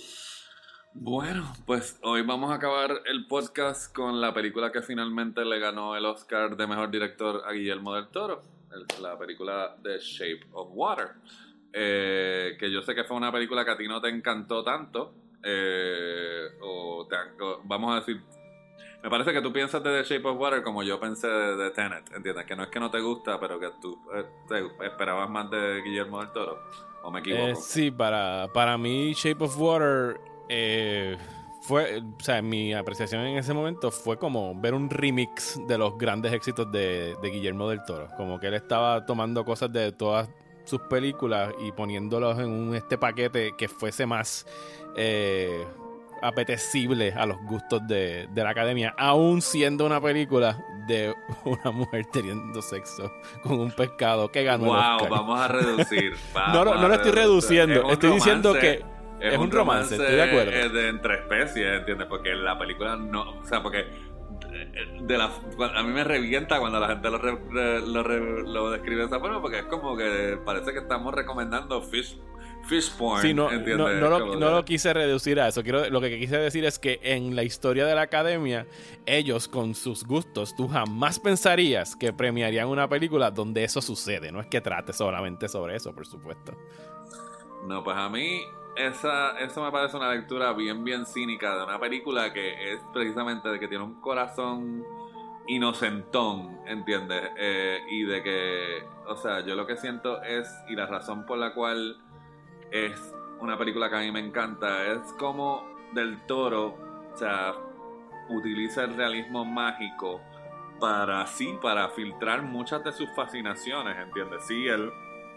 Bueno, pues hoy vamos a acabar el podcast con la película que finalmente le ganó el Oscar de Mejor Director a Guillermo del Toro, el, la película The Shape of Water. Eh, que yo sé que fue una película que a ti no te encantó tanto. Eh, o, te, o vamos a decir, me parece que tú piensas de The Shape of Water como yo pensé de, de Tenet, ¿entiendes? Que no es que no te gusta, pero que tú eh, te esperabas más de Guillermo del Toro, ¿o me equivoco? Eh, sí, para, para mí Shape of Water eh, fue, o sea, mi apreciación en ese momento fue como ver un remix de los grandes éxitos de, de Guillermo del Toro, como que él estaba tomando cosas de todas sus películas y poniéndolos en un, este paquete que fuese más eh, apetecible a los gustos de, de la academia, aún siendo una película de una mujer teniendo sexo con un pescado que ganó wow, el Oscar. Vamos a reducir. Vamos no, no, no lo estoy reduciendo, estoy romance, diciendo que es, es un romance, romance, estoy de acuerdo. Es de entre especies, ¿entiendes? Porque la película no, o sea, porque de la, a mí me revienta cuando la gente lo, re, lo, re, lo describe de esa forma, porque es como que parece que estamos recomendando fish, fish porn. Sí, no, ¿entiendes? no, no, lo, que... no lo quise reducir a eso. Quiero, lo que quise decir es que en la historia de la academia, ellos con sus gustos, tú jamás pensarías que premiarían una película donde eso sucede. No es que trate solamente sobre eso, por supuesto. No, pues a mí esa, eso me parece una lectura bien, bien cínica de una película que es precisamente de que tiene un corazón inocentón, ¿entiendes? Eh, y de que, o sea, yo lo que siento es, y la razón por la cual es una película que a mí me encanta, es como Del Toro, o sea, utiliza el realismo mágico para, sí, para filtrar muchas de sus fascinaciones, ¿entiendes? Sí, él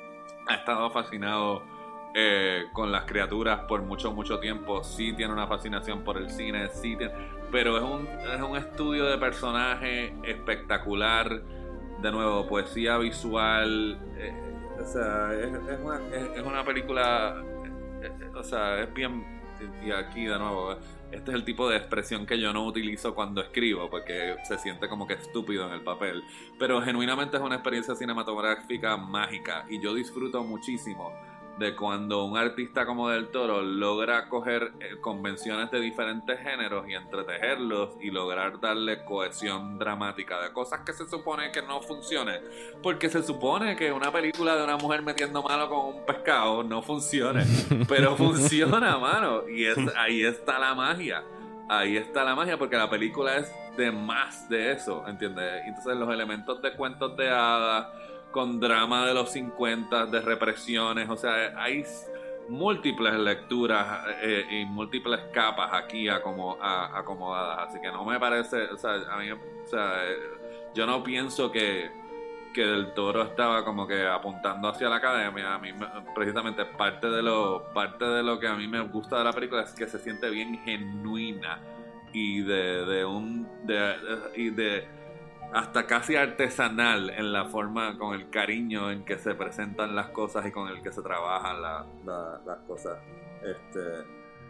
ha estado fascinado Eh, con las criaturas por mucho, mucho tiempo. Sí tiene una fascinación por el cine, sí tiene, pero es un, es un estudio de personaje espectacular. De nuevo, poesía visual. Eh, o sea, es, es, una, es, es una película. Eh, o sea, es bien. Y aquí, de nuevo, este es el tipo de expresión que yo no utilizo cuando escribo, porque se siente como que estúpido en el papel. Pero genuinamente es una experiencia cinematográfica mágica. Y yo disfruto muchísimo de cuando un artista como Del Toro logra coger eh, convenciones de diferentes géneros y entretejerlos y lograr darle cohesión dramática de cosas que se supone que no funcionen, porque se supone que una película de una mujer metiendo mano con un pescado no funcione, pero funciona, mano, y es, ahí está la magia, ahí está la magia, porque la película es de más de eso, ¿entiendes? Entonces los elementos de cuentos de hadas con drama de los cincuenta, de represiones, o sea, hay múltiples lecturas eh, y múltiples capas aquí acomo, a, acomodadas, así que no me parece, o sea, a mí, o sea, eh, yo no pienso que, que Del Toro estaba como que apuntando hacia la academia. A mí precisamente parte de lo, parte de lo que a mí me gusta de la película es que se siente bien genuina y de, de un, de, de, y de hasta casi artesanal en la forma, con el cariño en que se presentan las cosas y con el que se trabajan la, la, las cosas. Este,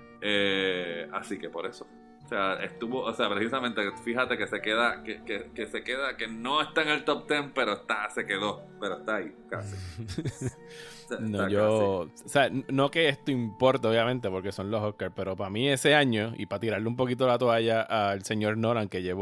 eh, así que por eso. O sea, estuvo, o sea, precisamente, fíjate que se queda, que, que, que se queda, que no está en el top diez, pero está, se quedó, pero está ahí, casi. No, yo, casi. O sea, no que esto importa, obviamente, porque son los Oscars, pero para mí ese año, y para tirarle un poquito la toalla al señor Nolan, que llevó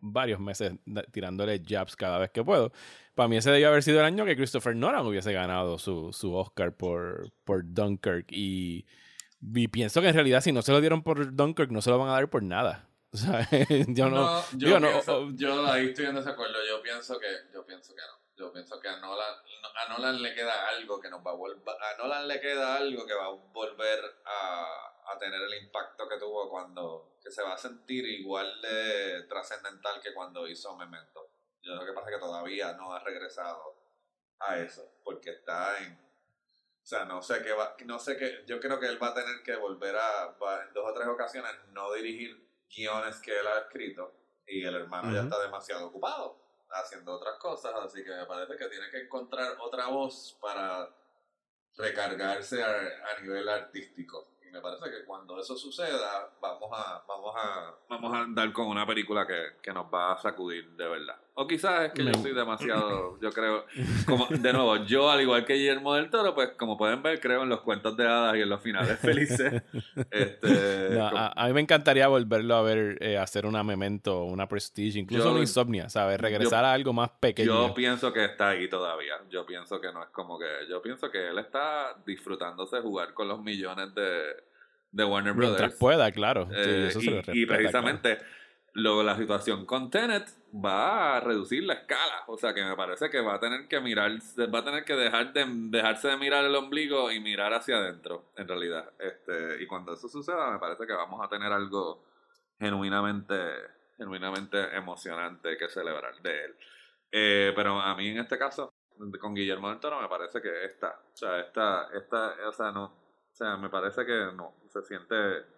varios meses tirándole jabs cada vez que puedo. Para mí ese debió haber sido el año que Christopher Nolan hubiese ganado su, su Oscar por, por Dunkirk. Y, y pienso que en realidad si no se lo dieron por Dunkirk, no se lo van a dar por nada. O sea, yo no... no yo, digo, pienso, no, yo ahí estoy en desacuerdo. Yo pienso que, yo pienso que no. Yo pienso que a Nolan, a Nolan le queda algo que nos va a volver, a Nolan le queda algo que va a volver a, a tener el impacto que tuvo cuando, que se va a sentir igual de trascendental que cuando hizo Memento. Yo lo que pasa es que todavía no ha regresado a eso, porque está en, o sea, no sé qué va, no sé qué, yo creo que él va a tener que volver a, va, en dos o tres ocasiones, no dirigir guiones que él ha escrito, y el hermano uh-huh. ya está demasiado ocupado haciendo otras cosas, así que me parece que tiene que encontrar otra voz para recargarse a, a nivel artístico. Y me parece que cuando eso suceda, vamos a vamos a vamos a andar con una película que, que nos va a sacudir de verdad. O quizás es que yo soy demasiado, yo creo, como de nuevo, yo al igual que Guillermo del Toro, pues como pueden ver, creo en los cuentos de hadas y en los finales felices. este, no, a, a mí me encantaría volverlo a ver, eh, hacer una Memento, una Prestige, incluso yo, una Insomnia, ¿sabes? Regresar yo, a algo más pequeño. Yo pienso que está ahí todavía. Yo pienso que no es como que, yo pienso que él está disfrutándose jugar con los millones de, de Warner Brothers. Mientras pueda, claro. Sí, eh, eso y, se le respeta, y precisamente claro. Luego la situación con Tenet va a reducir la escala, o sea que me parece que va a tener que mirar, va a tener que dejar de, dejarse de mirar el ombligo y mirar hacia adentro, en realidad. Este, y cuando eso suceda, me parece que vamos a tener algo genuinamente, genuinamente emocionante que celebrar de él. Eh, pero a mí en este caso, con Guillermo del Toro, me parece que esta, o sea, esta, esta, o sea, no, o sea, me parece que no, se siente...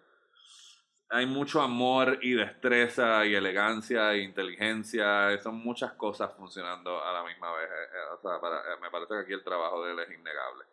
Hay mucho amor y destreza y elegancia e inteligencia. Son muchas cosas funcionando a la misma vez. O sea, para, me parece que aquí el trabajo de él es innegable.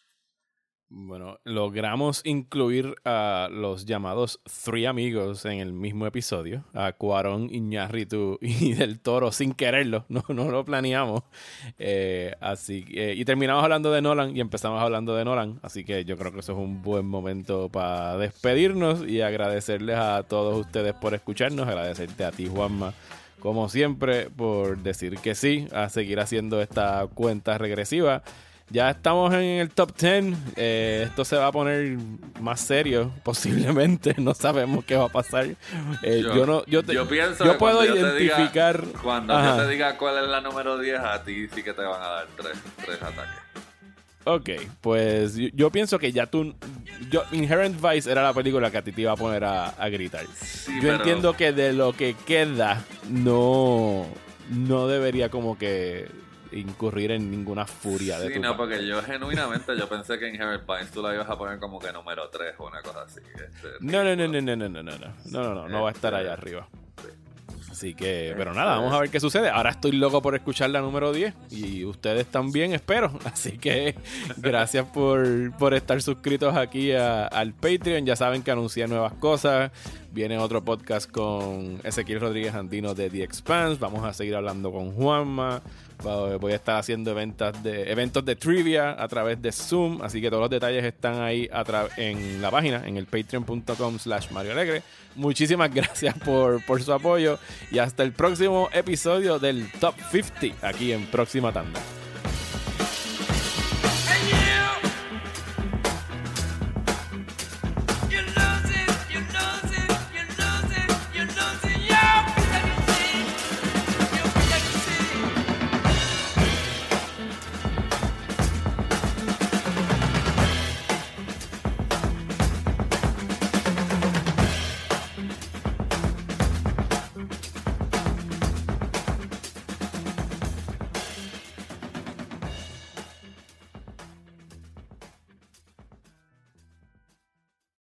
Bueno, logramos incluir a los llamados Three Amigos en el mismo episodio. A Cuarón, Iñárritu y Del Toro sin quererlo. No, no lo planeamos. Eh, así eh, y terminamos hablando de Nolan y empezamos hablando de Nolan. Así que yo creo que eso es un buen momento para despedirnos y agradecerles a todos ustedes por escucharnos. Agradecerte a ti, Juanma, como siempre, por decir que sí a seguir haciendo esta cuenta regresiva. Ya estamos en el top diez. Eh, esto se va a poner más serio, posiblemente. No sabemos qué va a pasar. Eh, yo, yo, no, yo, te, yo pienso yo que puedo cuando identificar. Yo te diga, cuando Ajá. yo te diga cuál es la número diez, a ti sí que te van a dar tres, tres ataques. Ok, pues yo, yo pienso que ya tú... Yo, Inherent Vice era la película que a ti te iba a poner a, a gritar. Sí, yo pero... entiendo que de lo que queda no, no debería como que incurrir en ninguna furia de sí, tu no, parte. porque yo genuinamente yo pensé que Inherent Vice tú la ibas a poner como que número tres o una cosa así. Este, no, no, no, no, no, no, no, no, no, no, no, no va a estar allá arriba. Así que, pero nada, vamos a ver qué sucede. Ahora estoy loco por escuchar la número diez y ustedes también, espero. Así que gracias por, por estar suscritos aquí a, al Patreon. Ya saben que anuncié nuevas cosas. Viene otro podcast con Ezequiel Rodríguez Andino de The Expanse. Vamos a seguir hablando con Juanma. Voy a estar haciendo eventos de, eventos de trivia a través de Zoom. Así que todos los detalles están ahí a tra- en la página, en el patreon.com slash Mario Alegre. Muchísimas gracias por, por su apoyo. Y hasta el próximo episodio del Top cincuenta aquí en Próxima Tanda.